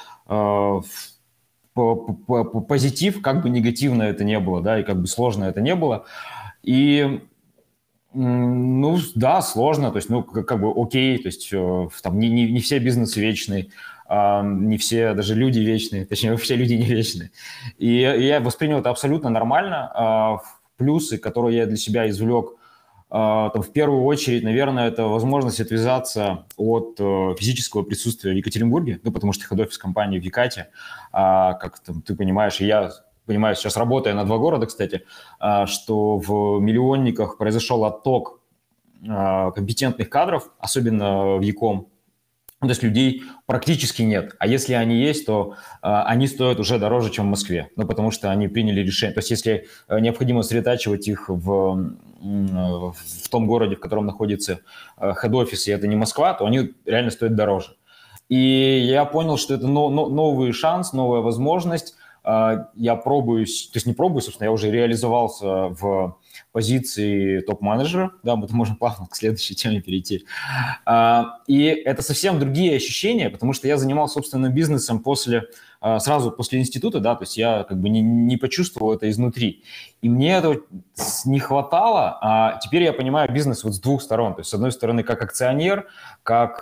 позитив, как бы негативно это не было, да, и как бы сложно это не было. И ну, да, сложно, то есть, ну, как бы окей, то есть, там, не все бизнесы вечные, не все даже люди вечные, точнее, все люди не вечные. И я воспринял это абсолютно нормально. Плюсы, которые я для себя извлек, там, в первую очередь, наверное, это возможность отвязаться от физического присутствия в Екатеринбурге, ну, потому что хед-офис компании в Екате, как там, ты понимаешь, и я понимаю, сейчас работая на 2 города, кстати, что в миллионниках произошел отток компетентных кадров, особенно в Яком. То есть людей практически нет. А если они есть, то они стоят уже дороже, чем в Москве. Ну, потому что они приняли решение. То есть если необходимо сосредотачивать их в том городе, в котором находится хед-офис, и это не Москва, то они реально стоят дороже. И я понял, что это новый шанс, новая возможность. Я пробуюсь, то есть не пробую, собственно, я уже реализовался в позиции топ-менеджера, да, мы можем плавно к следующей теме перейти. И это совсем другие ощущения, потому что я занимался собственным бизнесом сразу после института, да, то есть я как бы не почувствовал это изнутри. И мне этого не хватало, а теперь я понимаю бизнес вот с двух сторон. То есть с одной стороны как акционер, как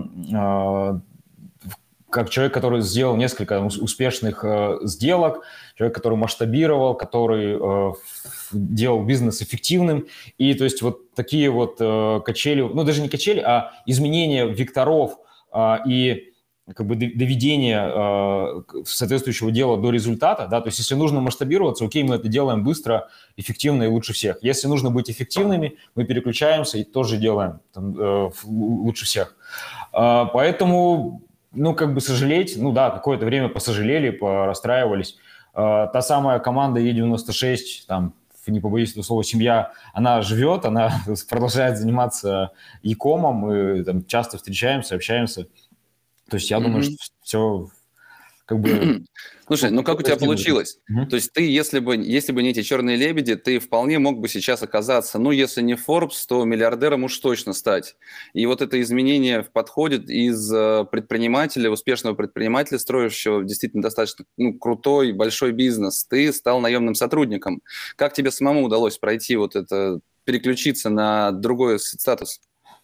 человек, который сделал несколько успешных сделок, человек, который масштабировал, который делал бизнес эффективным. И то есть вот такие вот качели, ну даже не качели, а изменения векторов и как бы доведение соответствующего дела до результата, да, то есть если нужно масштабироваться, окей, мы это делаем быстро, эффективно и лучше всех. Если нужно быть эффективными, мы переключаемся и тоже делаем там, лучше всех. Поэтому ну, как бы сожалеть, ну да, какое-то время посожалели, порастраивались. Та самая команда E96, там, не побоюсь этого слова, семья, она живет, она продолжает заниматься e-комом, мы там часто встречаемся, общаемся. То есть я думаю, что все как бы... Слушай, ну как у тебя получилось? То есть ты, если бы не эти черные лебеди, ты вполне мог бы сейчас оказаться, ну, если не Forbes, то миллиардером уж точно стать. И вот это изменение подходит из предпринимателя, успешного предпринимателя, строящего действительно достаточно крутой, большой бизнес. Ты стал наемным сотрудником. Как тебе самому удалось пройти вот это, переключиться на другой статус?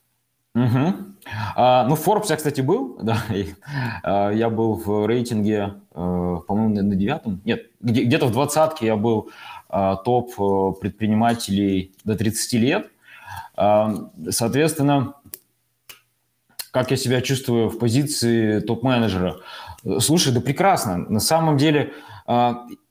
Ну, в Forbes я, кстати, был, да, я был в рейтинге, по-моему, на 9-м, нет, где-то в 20-ке я был топ предпринимателей до 30 лет. Соответственно, как я себя чувствую в позиции топ-менеджера? Слушай, да прекрасно. На самом деле,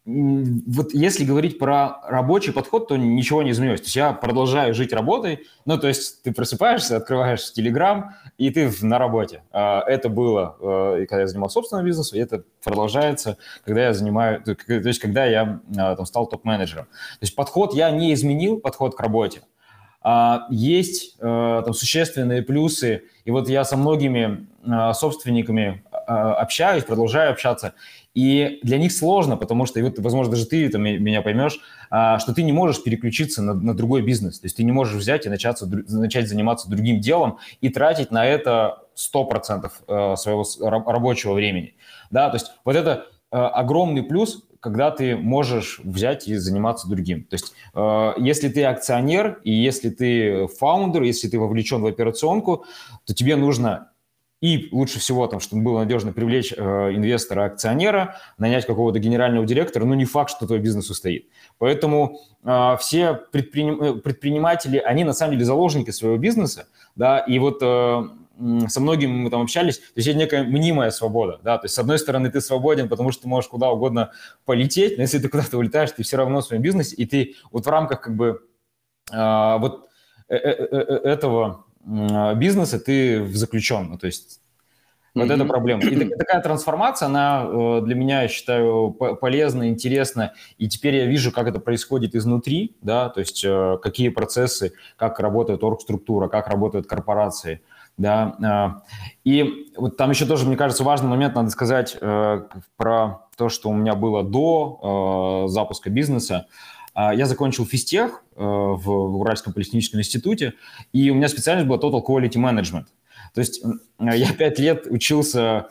Вот если говорить про рабочий подход, то ничего не изменилось. То есть я продолжаю жить работой. Ну, то есть ты просыпаешься, открываешь Telegram, и ты на работе. Это было, когда я занимался собственным бизнесом, и это продолжается, когда я занимаю, то есть когда я там, стал топ-менеджером. То есть подход я не изменил, подход к работе. Есть там существенные плюсы, и вот я со многими собственниками общаюсь, продолжаю общаться, и для них сложно, потому что, и вот, возможно, даже ты там, меня поймешь, что ты не можешь переключиться на другой бизнес, то есть ты не можешь взять и начать заниматься другим делом и тратить на это 100% своего рабочего времени, да, то есть вот это огромный плюс, когда ты можешь взять и заниматься другим. То есть если ты акционер и если ты фаундер, если ты вовлечен в операционку, то тебе нужно и лучше всего, там, чтобы было надежно привлечь инвестора-акционера, нанять какого-то генерального директора, но не факт, что твой бизнес устоит. Поэтому все предприниматели, они на самом деле заложники своего бизнеса, да, и вот со многими мы там общались, то есть есть некая мнимая свобода, да, то есть с одной стороны ты свободен, потому что ты можешь куда угодно полететь, но если ты куда-то улетаешь, ты все равно в своем бизнесе, и ты вот в рамках как бы вот этого бизнеса ты заключен, ну, то есть вот эта проблема. И такая трансформация, она для меня, я считаю, полезна, интересна, и теперь я вижу, как это происходит изнутри, да, то есть какие процессы, как работает оргструктура, как работают корпорации, да, и вот там еще тоже, мне кажется, важный момент, надо сказать про то, что у меня было до запуска бизнеса. Я закончил физтех в Уральском политехническом институте, и у меня специальность была Total Quality Management. То есть я 5 лет учился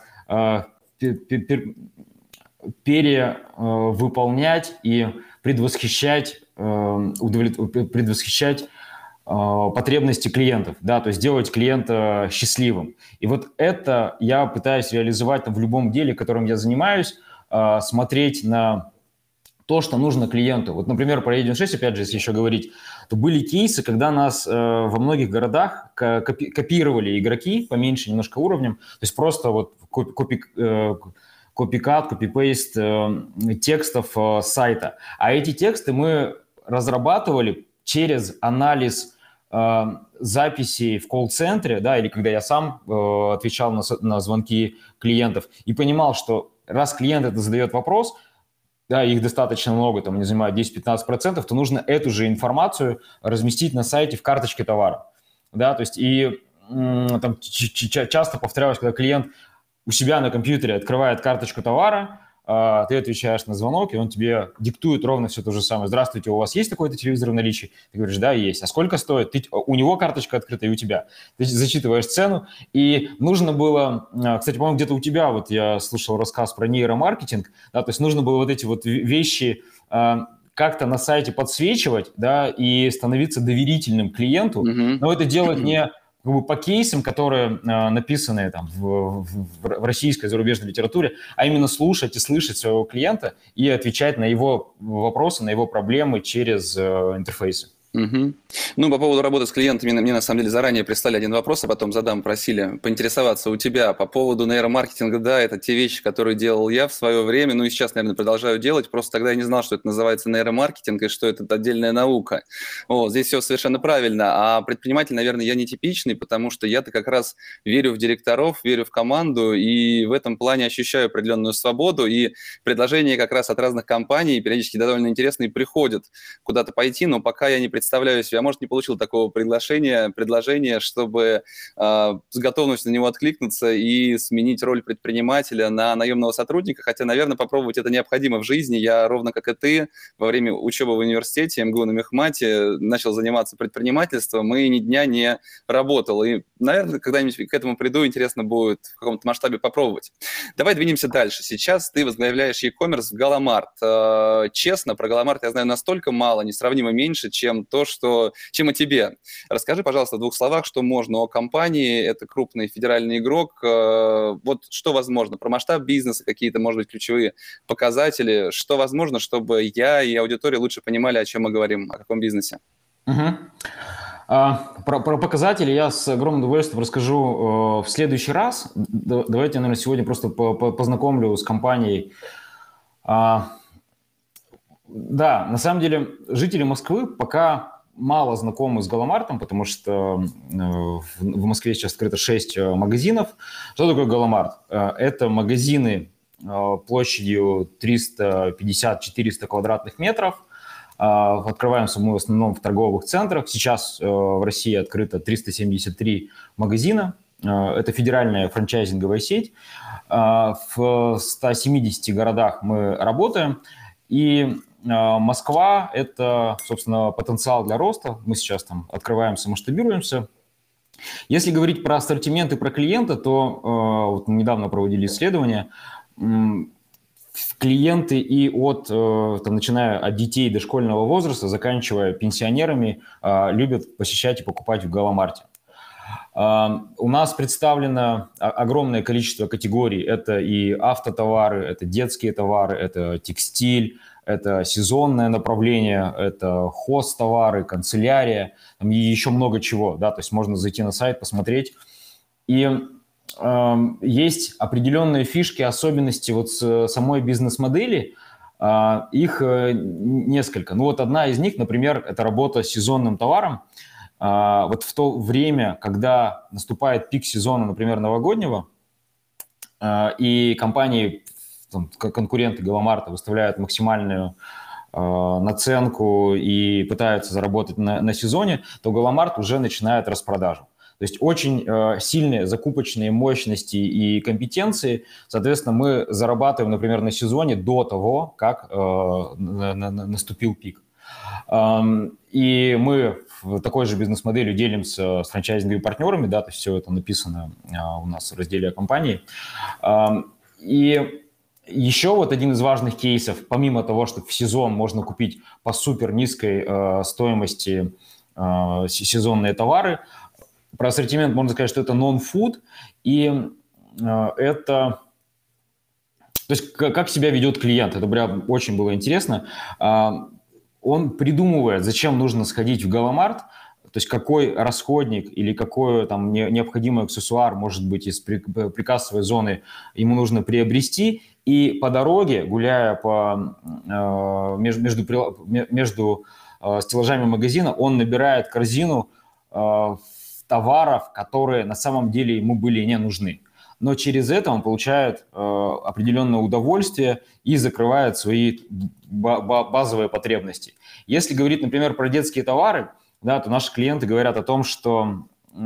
перевыполнять и предвосхищать потребности клиентов, да, то есть делать клиента счастливым. И вот это я пытаюсь реализовать в любом деле, которым я занимаюсь, смотреть на то, что нужно клиенту. Вот, например, про E96, опять же, если еще говорить, то были кейсы, когда нас во многих городах копировали игроки поменьше немножко уровнем, то есть просто вот копикат, копипейст текстов сайта. А эти тексты мы разрабатывали через анализ записей в колл-центре, да, или когда я сам отвечал на звонки клиентов и понимал, что раз клиент это задает вопрос, да, их достаточно много, там они занимают 10-15%, то нужно эту же информацию разместить на сайте в карточке товара. Да, то есть и там часто повторялось, когда клиент у себя на компьютере открывает карточку товара, ты отвечаешь на звонок, и он тебе диктует ровно все то же самое. Здравствуйте, у вас есть такой-то телевизор в наличии? Ты говоришь, да, есть. А сколько стоит? У него карточка открыта, и у тебя. Ты зачитываешь цену, и нужно было, кстати, по-моему, где-то у тебя, вот я слушал рассказ про нейромаркетинг, да, то есть нужно было вот эти вот вещи как-то на сайте подсвечивать, да, и становиться доверительным клиенту, но это делать не как бы по кейсам, которые написаны там в российской зарубежной литературе, а именно слушать и слышать своего клиента и отвечать на его вопросы, на его проблемы через интерфейсы. Ну, по поводу работы с клиентами, мне на самом деле заранее прислали один вопрос, а потом задам, просили поинтересоваться у тебя. По поводу нейромаркетинга, да, это те вещи, которые делал я в свое время, ну и сейчас, наверное, продолжаю делать, просто тогда я не знал, что это называется нейромаркетинг и что это отдельная наука. Вот, здесь все совершенно правильно, а предприниматель, наверное, я нетипичный, потому что я-то как раз верю в директоров, верю в команду и в этом плане ощущаю определенную свободу, и предложения как раз от разных компаний периодически довольно интересные приходят куда-то пойти, но пока я не представляю себе, я, может, не получил такого предложения, чтобы с готовностью на него откликнуться и сменить роль предпринимателя на наемного сотрудника, хотя, наверное, попробовать это необходимо в жизни. Я, ровно как и ты, во время учебы в университете МГУ на Мехмате начал заниматься предпринимательством и ни дня не работал. И, наверное, когда-нибудь к этому приду, интересно будет в каком-то масштабе попробовать. Давай двинемся дальше. Сейчас ты возглавляешь e-commerce в Галамарт. Честно, про Галамарт я знаю настолько мало, несравнимо меньше, чем о тебе. Расскажи, пожалуйста, в 2 словах, что можно о компании. Это крупный федеральный игрок. Вот что возможно? Про масштаб бизнеса, какие-то, может быть, ключевые показатели. Что возможно, чтобы я и аудитория лучше понимали, о чем мы говорим, о каком бизнесе? Про показатели я с огромным удовольствием расскажу в следующий раз. Давайте я, наверное, сегодня просто познакомлю с компанией Да, на самом деле жители Москвы пока мало знакомы с Галамартом, потому что в Москве сейчас открыто 6 магазинов. Что такое Галамарт? Это магазины площадью 350-400 квадратных метров. Открываемся мы в основном в торговых центрах. Сейчас в России открыто 373 магазина. Это федеральная франчайзинговая сеть. В 170 городах мы работаем. И Москва – это, собственно, потенциал для роста. Мы сейчас там открываемся, масштабируемся. Если говорить про ассортимент и про клиента, то вот мы недавно проводили исследование. Клиенты и начиная от детей дошкольного возраста, заканчивая пенсионерами, любят посещать и покупать в Галамарте. У нас представлено огромное количество категорий. Это и автотовары, это детские товары, это текстиль, это сезонное направление, это хозтовары, канцелярия, там и еще много чего. Да? То есть можно зайти на сайт, посмотреть. И есть определенные фишки, особенности вот с самой бизнес-модели. Их несколько. Ну вот одна из них, например, это работа с сезонным товаром. Вот в то время, когда наступает пик сезона, например, новогоднего, и компании, конкуренты Галамарта выставляют максимальную наценку и пытаются заработать на сезоне, то Галамарт уже начинает распродажу. То есть очень сильные закупочные мощности и компетенции. Соответственно, мы зарабатываем, например, на сезоне до того, как наступил пик. И мы в такой же бизнес-моделью делимся с франчайзинговыми партнерами, да, то есть все это написано у нас в разделе о компании. И еще вот один из важных кейсов, помимо того, что в сезон можно купить по супер низкой стоимости сезонные товары, про ассортимент можно сказать, что это non-food, и это... То есть как себя ведет клиент, это прям очень было интересно. Он придумывает, зачем нужно сходить в Галамарт, то есть какой расходник или какой там необходимый аксессуар, может быть, из прикассовой зоны ему нужно приобрести, и по дороге, гуляя между стеллажами магазина, он набирает корзину товаров, которые на самом деле ему были не нужны. Но через это он получает определенное удовольствие и закрывает свои базовые потребности. Если говорить, например, про детские товары, да, то наши клиенты говорят о том, что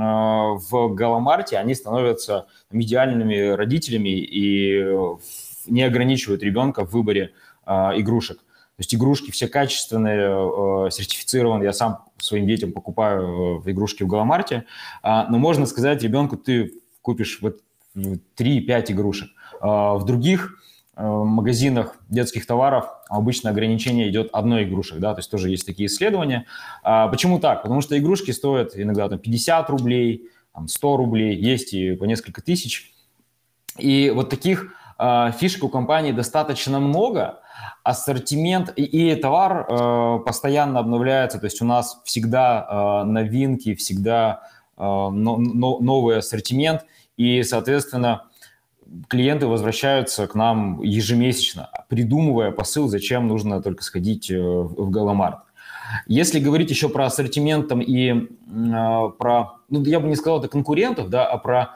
в Галамарте они становятся идеальными родителями и не ограничивают ребенка в выборе игрушек. То есть игрушки все качественные, сертифицированные. Я сам своим детям покупаю игрушки в Галамарте. Но можно сказать ребенку, ты купишь вот 3-5 игрушек. В других магазинах детских товаров обычно ограничение идет одной игрушек, да, то есть тоже есть такие исследования. Почему так? Потому что игрушки стоят иногда там 50 рублей, 100 рублей, есть и по несколько тысяч. И вот таких фишек у компании достаточно много. Ассортимент и товар постоянно обновляется, то есть у нас всегда новинки, всегда новый ассортимент, и, соответственно, клиенты возвращаются к нам ежемесячно, придумывая посыл, зачем нужно только сходить в Галамарт. Если говорить еще про ассортимент там, и про, ну, я бы не сказал это конкурентов, да, а про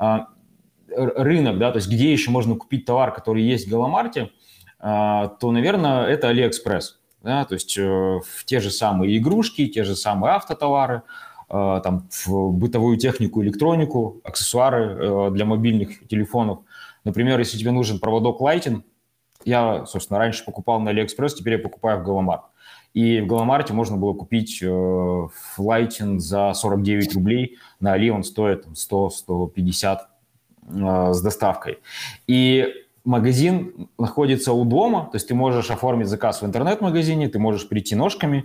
рынок, да, то есть где еще можно купить товар, который есть в Галамарте, то, наверное, это Алиэкспресс. Да, то есть те же самые игрушки, те же самые автотовары, там, в бытовую технику, электронику, аксессуары для мобильных телефонов. Например, если тебе нужен проводок Lighting, я, собственно, раньше покупал на Алиэкспресс, теперь я покупаю в Галамарт. И в Галамарте можно было купить Lighting за 49 рублей, на Али он стоит 100-150 с доставкой. И магазин находится у дома, то есть ты можешь оформить заказ в интернет-магазине, ты можешь прийти ножками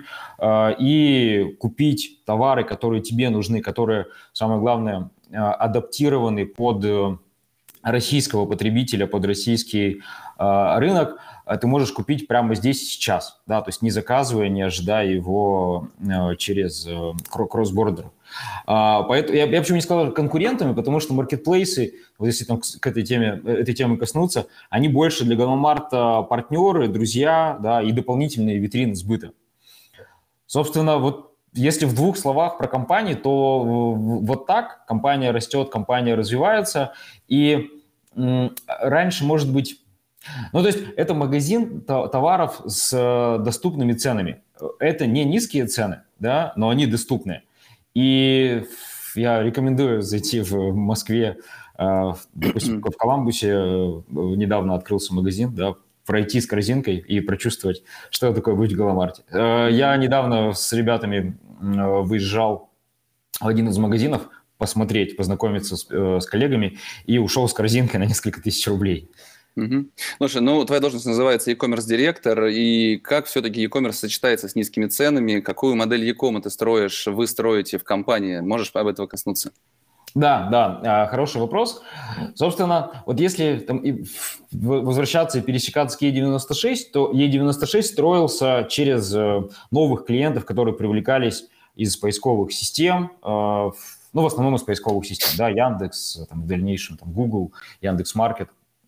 и купить товары, которые тебе нужны, которые, самое главное, адаптированы под российского потребителя, под российский рынок, ты можешь купить прямо здесь и сейчас, да, то есть не заказывая, не ожидая его через кросс-бордер. Поэтому я почему не сказал конкурентами, потому что маркетплейсы, вот если там к этой темы коснуться, они больше для Галомарта партнеры, друзья, да, и дополнительные витрины сбыта. Собственно, вот если в двух словах про компанию, то вот так компания растет, компания развивается, и раньше, может быть, ну, то есть это магазин товаров с доступными ценами. Это не низкие цены, да, но они доступны. И я рекомендую зайти в Москве, допустим, в Коламбусе недавно открылся магазин, да, пройти с корзинкой и прочувствовать, что такое быть в Галамарте. Я недавно с ребятами выезжал в один из магазинов посмотреть, познакомиться с коллегами и ушел с корзинкой на несколько тысяч рублей. Угу. Слушай, ну твоя должность называется e-commerce директор, и как все-таки e-commerce сочетается с низкими ценами? Какую модель e-com ты строишь, вы строите в компании? Можешь об этом коснуться? Да, хороший вопрос. Собственно, вот если там возвращаться и пересекаться к E96, то E96 строился через новых клиентов, которые привлекались из поисковых систем, ну, в основном из поисковых систем, да, Яндекс, там, в дальнейшем там, Google, Яндекс.Маркет,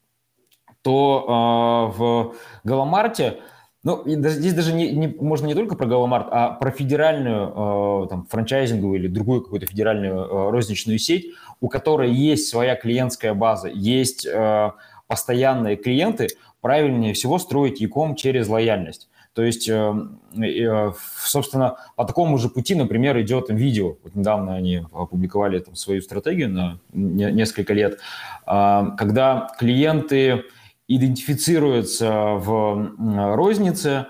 то в Галамарте, ну, здесь даже можно не только про Галамарт, а про федеральную там, франчайзинговую или другую какую-то федеральную розничную сеть, у которой есть своя клиентская база, есть постоянные клиенты, правильнее всего строить e-com через лояльность. То есть, собственно, по такому же пути, например, идет видео. Вот недавно они опубликовали там свою стратегию на несколько лет, когда клиенты идентифицируется в рознице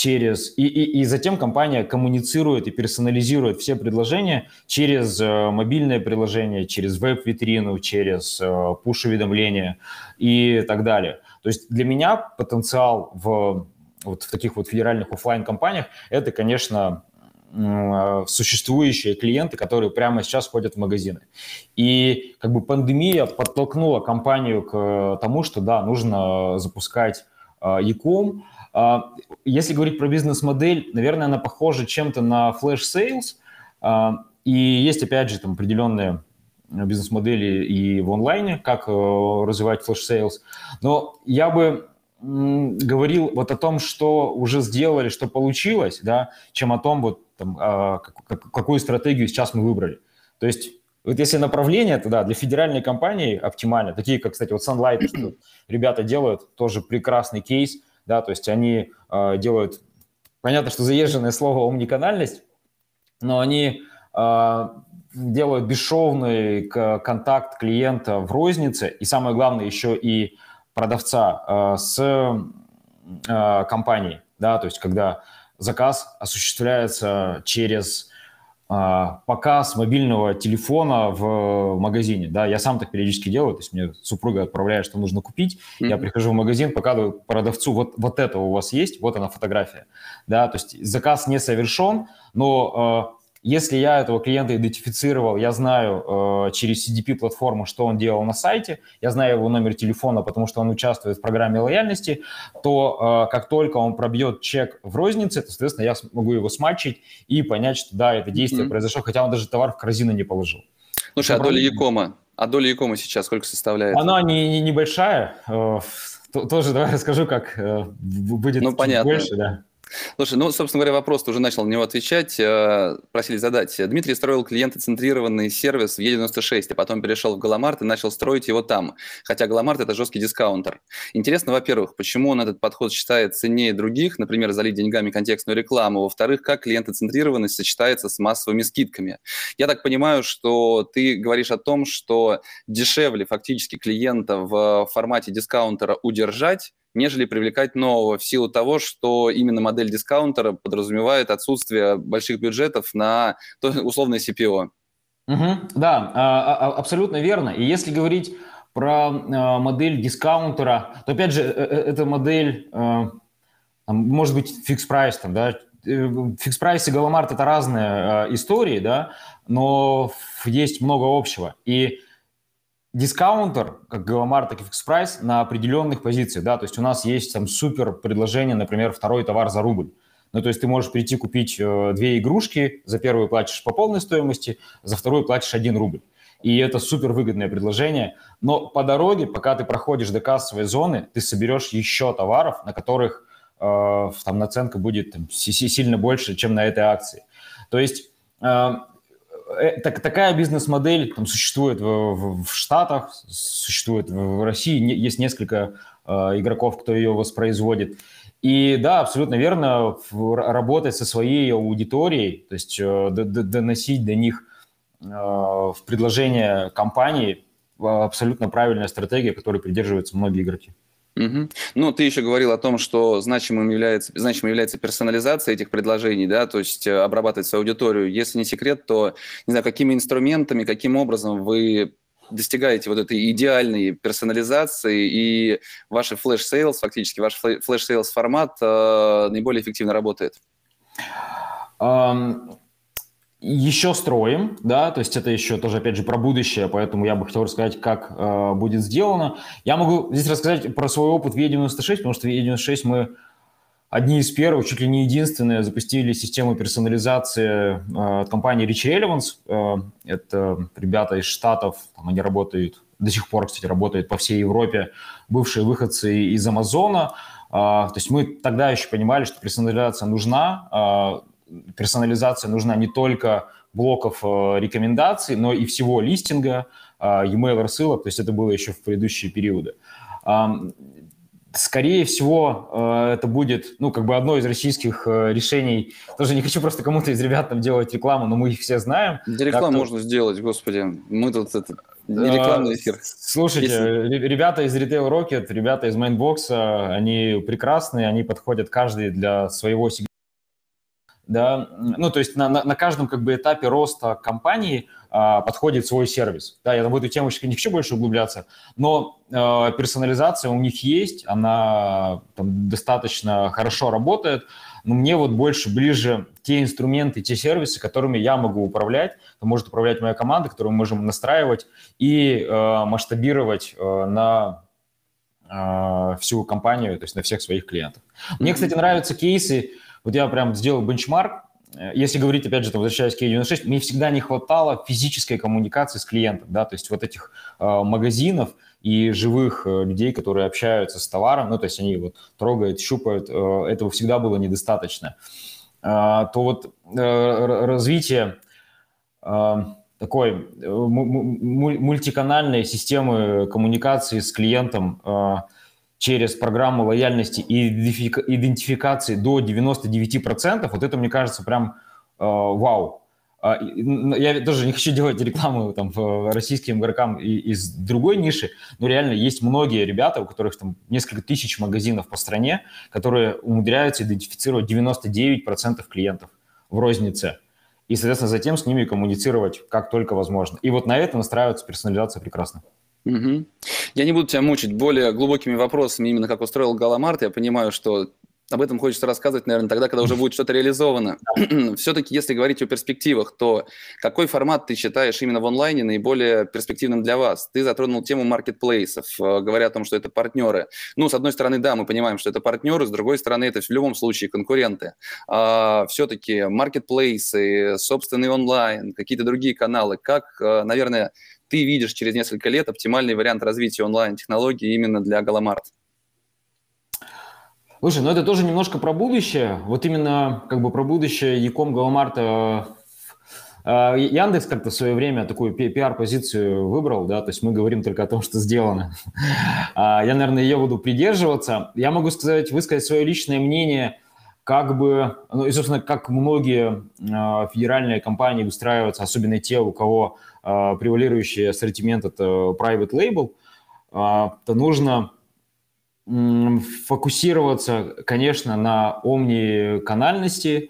и затем компания коммуницирует и персонализирует все предложения через мобильное приложение, через веб-витрину, через пуш-уведомления и так далее. То есть для меня потенциал в таких вот федеральных офлайн-компаниях это, конечно, существующие клиенты, которые прямо сейчас ходят в магазины. И как бы пандемия подтолкнула компанию к тому, что да, нужно запускать e-com. Если говорить про бизнес-модель, наверное, она похожа чем-то на flash sales. И есть, опять же, там определенные бизнес-модели и в онлайне, как развивать flash sales. Но я бы говорил вот о том, что уже сделали, что получилось, да, чем о том, вот, там, какую стратегию сейчас мы выбрали. То есть вот если направление, то да, для федеральной компании оптимально. Такие, как, кстати, вот Sunlight, что ребята делают, тоже прекрасный кейс, да, то есть они делают, понятно, что заезженное слово омниканальность, но они делают бесшовный контакт клиента в рознице, и самое главное еще и продавца с компанией, да, то есть когда заказ осуществляется через показ мобильного телефона в магазине, да, я сам так периодически делаю, то есть мне супруга отправляет, что нужно купить, я прихожу в магазин, показываю продавцу, вот это у вас есть, вот она фотография, да, то есть заказ не совершен, но если я этого клиента идентифицировал, я знаю через CDP-платформу, что он делал на сайте, я знаю его номер телефона, потому что он участвует в программе лояльности, то как только он пробьет чек в рознице, то, соответственно, я могу его сматчить и понять, что да, это действие произошло, хотя он даже товар в корзину не положил. Слушай, а доля e-com сейчас сколько составляет? Она небольшая. Тоже давай расскажу, как будет чуть больше, да. Слушай, ну, собственно говоря, вопрос, ты уже начал на него отвечать, просили задать. Дмитрий строил клиентоцентрированный сервис в E96, а потом перешел в Галамарт и начал строить его там, хотя Галамарт – это жесткий дискаунтер. Интересно, во-первых, почему он этот подход считает ценнее других, например, залить деньгами контекстную рекламу, во-вторых, как клиентоцентрированность сочетается с массовыми скидками. Я так понимаю, что ты говоришь о том, что дешевле фактически клиента в формате дискаунтера удержать, нежели привлекать нового, в силу того, что именно модель дискаунтера подразумевает отсутствие больших бюджетов на условное CPO. Да, абсолютно верно. И если говорить про модель дискаунтера, то, опять же, эта модель, может быть, фикс-прайс, да, фикс-прайс и Галамарт – это разные истории, да, но есть много общего. И дискаунтер, как Галамарт, так и фикс-прайс, на определенных позициях, да, то есть у нас есть там супер предложение, например, второй товар за рубль. Ну, то есть ты можешь прийти купить две игрушки, за первую платишь по полной стоимости, за вторую платишь 1 рубль. И это супер выгодное предложение. Но по дороге, пока ты проходишь до кассовой зоны, ты соберешь еще товаров, на которых там наценка будет там, сильно больше, чем на этой акции. То есть такая бизнес-модель там существует в Штатах, существует в России, есть несколько игроков, кто ее воспроизводит. И да, абсолютно верно, работать со своей аудиторией, то есть доносить до них в предложение компании абсолютно правильная стратегия, которой придерживаются многие игроки. Угу. Ну, ты еще говорил о том, что значимой является персонализация этих предложений, да, то есть обрабатывать свою аудиторию. Если не секрет, то, не знаю, какими инструментами, каким образом вы достигаете вот этой идеальной персонализации, и ваши флеш-сейлс, фактически ваш флеш-сейлс формат наиболее эффективно работает? Еще строим, да, то есть это еще тоже, опять же, про будущее, поэтому я бы хотел рассказать, как будет сделано. Я могу здесь рассказать про свой опыт в E96, потому что в E96 мы одни из первых, чуть ли не единственные, запустили систему персонализации от компании Rich Relevance. Это ребята из Штатов, там они работают, до сих пор, кстати, работают по всей Европе, бывшие выходцы из Амазона. То есть мы тогда еще понимали, что персонализация нужна. Персонализация нужна не только блоков рекомендаций, но и всего листинга, e-mail рассылок, то есть это было еще в предыдущие периоды. Скорее всего, это будет, ну, как бы одно из российских решений. Тоже не хочу просто кому-то из ребят там делать рекламу, но мы их все знаем. Да рекламу можно сделать, господи. Мы тут не рекламный эфир. Слушайте, ребята из Retail Rocket, ребята из Mainbox, они прекрасные, они подходят каждый для своего сегмента. Да, ну, то есть на каждом как бы этапе роста компании подходит свой сервис. Да, я в эту тему не хочу больше углубляться, но персонализация у них есть, она там достаточно хорошо работает, но мне вот больше ближе те инструменты, те сервисы, которыми я могу управлять, может управлять моя команда, которую мы можем настраивать и масштабировать на всю компанию, то есть на всех своих клиентов. Мне, кстати, нравятся кейсы. Вот я прям сделал бенчмарк. Если говорить, опять же, там, возвращаясь к E96, мне всегда не хватало физической коммуникации с клиентом, да, то есть вот этих магазинов и живых людей, которые общаются с товаром, ну, то есть они вот трогают, щупают, этого всегда было недостаточно. То вот развитие такой мультиканальной системы коммуникации с клиентом через программу лояльности и идентификации до 99%, вот это, мне кажется, прям вау. Я тоже не хочу делать рекламу там, российским игрокам из другой ниши, но реально есть многие ребята, у которых там несколько тысяч магазинов по стране, которые умудряются идентифицировать 99% клиентов в рознице. И, соответственно, затем с ними коммуницировать как только возможно. И вот на это настраивается персонализация прекрасно. Угу. Я не буду тебя мучить более глубокими вопросами, именно как устроил Галамарт. Я понимаю, что об этом хочется рассказывать, наверное, тогда, когда уже будет что-то реализовано. Все-таки, если говорить о перспективах, то какой формат ты считаешь именно в онлайне наиболее перспективным для вас? Ты затронул тему маркетплейсов, говоря о том, что это партнеры. Ну, с одной стороны, да, мы понимаем, что это партнеры, с другой стороны, это в любом случае конкуренты. Все-таки маркетплейсы, собственный онлайн, какие-то другие каналы. Как, наверное, ты видишь через несколько лет оптимальный вариант развития онлайн-технологий именно для Галамарт? Слушай, ну это тоже немножко про будущее. Вот именно как бы про будущее e-com Галамарта. Яндекс как-то в свое время такую пиар-позицию выбрал, да, то есть мы говорим только о том, что сделано. Я, наверное, ее буду придерживаться. Я могу высказать свое личное мнение, как бы, ну и, собственно, как многие федеральные компании выстраиваются, особенно те, у кого превалирующий ассортимент – это private label, то нужно фокусироваться, конечно, на омниканальности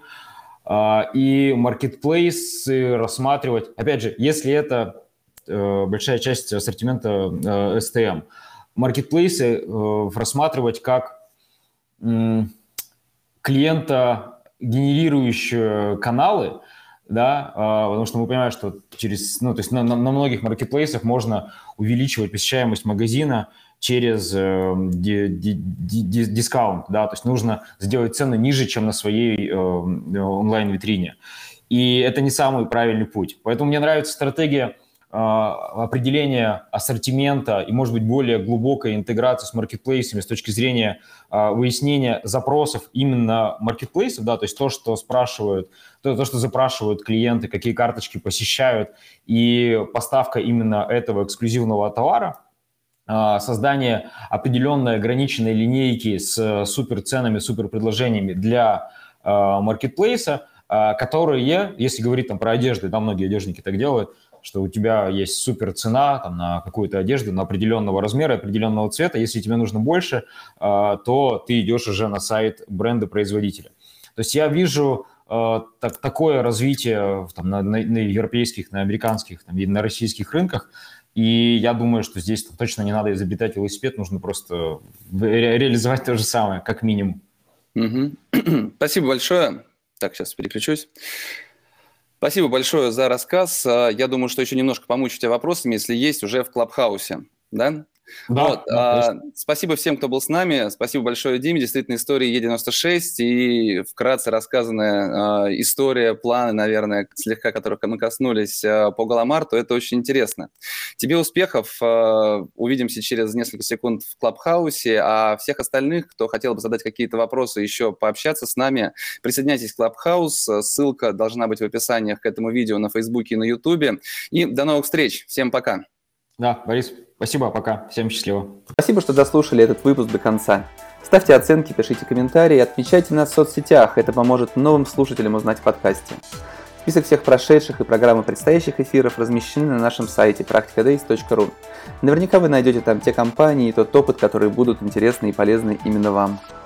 и маркетплейсы рассматривать. Опять же, если это большая часть ассортимента STM, маркетплейсы рассматривать как клиента генерирующие каналы, да, потому что мы понимаем, что через, ну, то есть на многих маркетплейсах можно увеличивать посещаемость магазина через дискаунт, да, то есть нужно сделать цены ниже, чем на своей онлайн-витрине. И это не самый правильный путь. Поэтому мне нравится стратегия определения ассортимента и, может быть, более глубокой интеграции с маркетплейсами с точки зрения выяснения запросов именно маркетплейсов, да, то есть то, что спрашивают, то, что запрашивают клиенты, какие карточки посещают, и поставка именно этого эксклюзивного товара, создание определенной ограниченной линейки с суперценами, суперпредложениями для маркетплейса, которые, если говорить там про одежду, да, многие одежники так делают, что у тебя есть супер цена там, на какую-то одежду, на определенного размера, определенного цвета. Если тебе нужно больше, то ты идешь уже на сайт бренда-производителя. То есть я вижу такое развитие там, на европейских, на американских там, и на российских рынках. И я думаю, что здесь точно не надо изобретать велосипед, нужно просто реализовать то же самое, как минимум. Спасибо большое. Так, сейчас переключусь. Спасибо большое за рассказ. Я думаю, что еще немножко помучу тебя вопросами, если есть, уже в Клабхаусе, да? Да, вот, спасибо всем, кто был с нами. Спасибо большое, Диме. Действительно, история Е96 и вкратце рассказанная история, планы, наверное, слегка которых мы коснулись по Галамарту. Это очень интересно. Тебе успехов. Увидимся через несколько секунд в Клабхаусе. А всех остальных, кто хотел бы задать какие-то вопросы, еще пообщаться с нами, присоединяйтесь к Клабхаус. Ссылка должна быть в описании к этому видео на Фейсбуке и на Ютубе. И до новых встреч. Всем пока. Да, Борис, спасибо, пока. Всем счастливо. Спасибо, что дослушали этот выпуск до конца. Ставьте оценки, пишите комментарии, отмечайте нас в соцсетях. Это поможет новым слушателям узнать в подкасте. Список всех прошедших и программы предстоящих эфиров размещены на нашем сайте practicadays.ru. Наверняка вы найдете там те компании и тот опыт, которые будут интересны и полезны именно вам.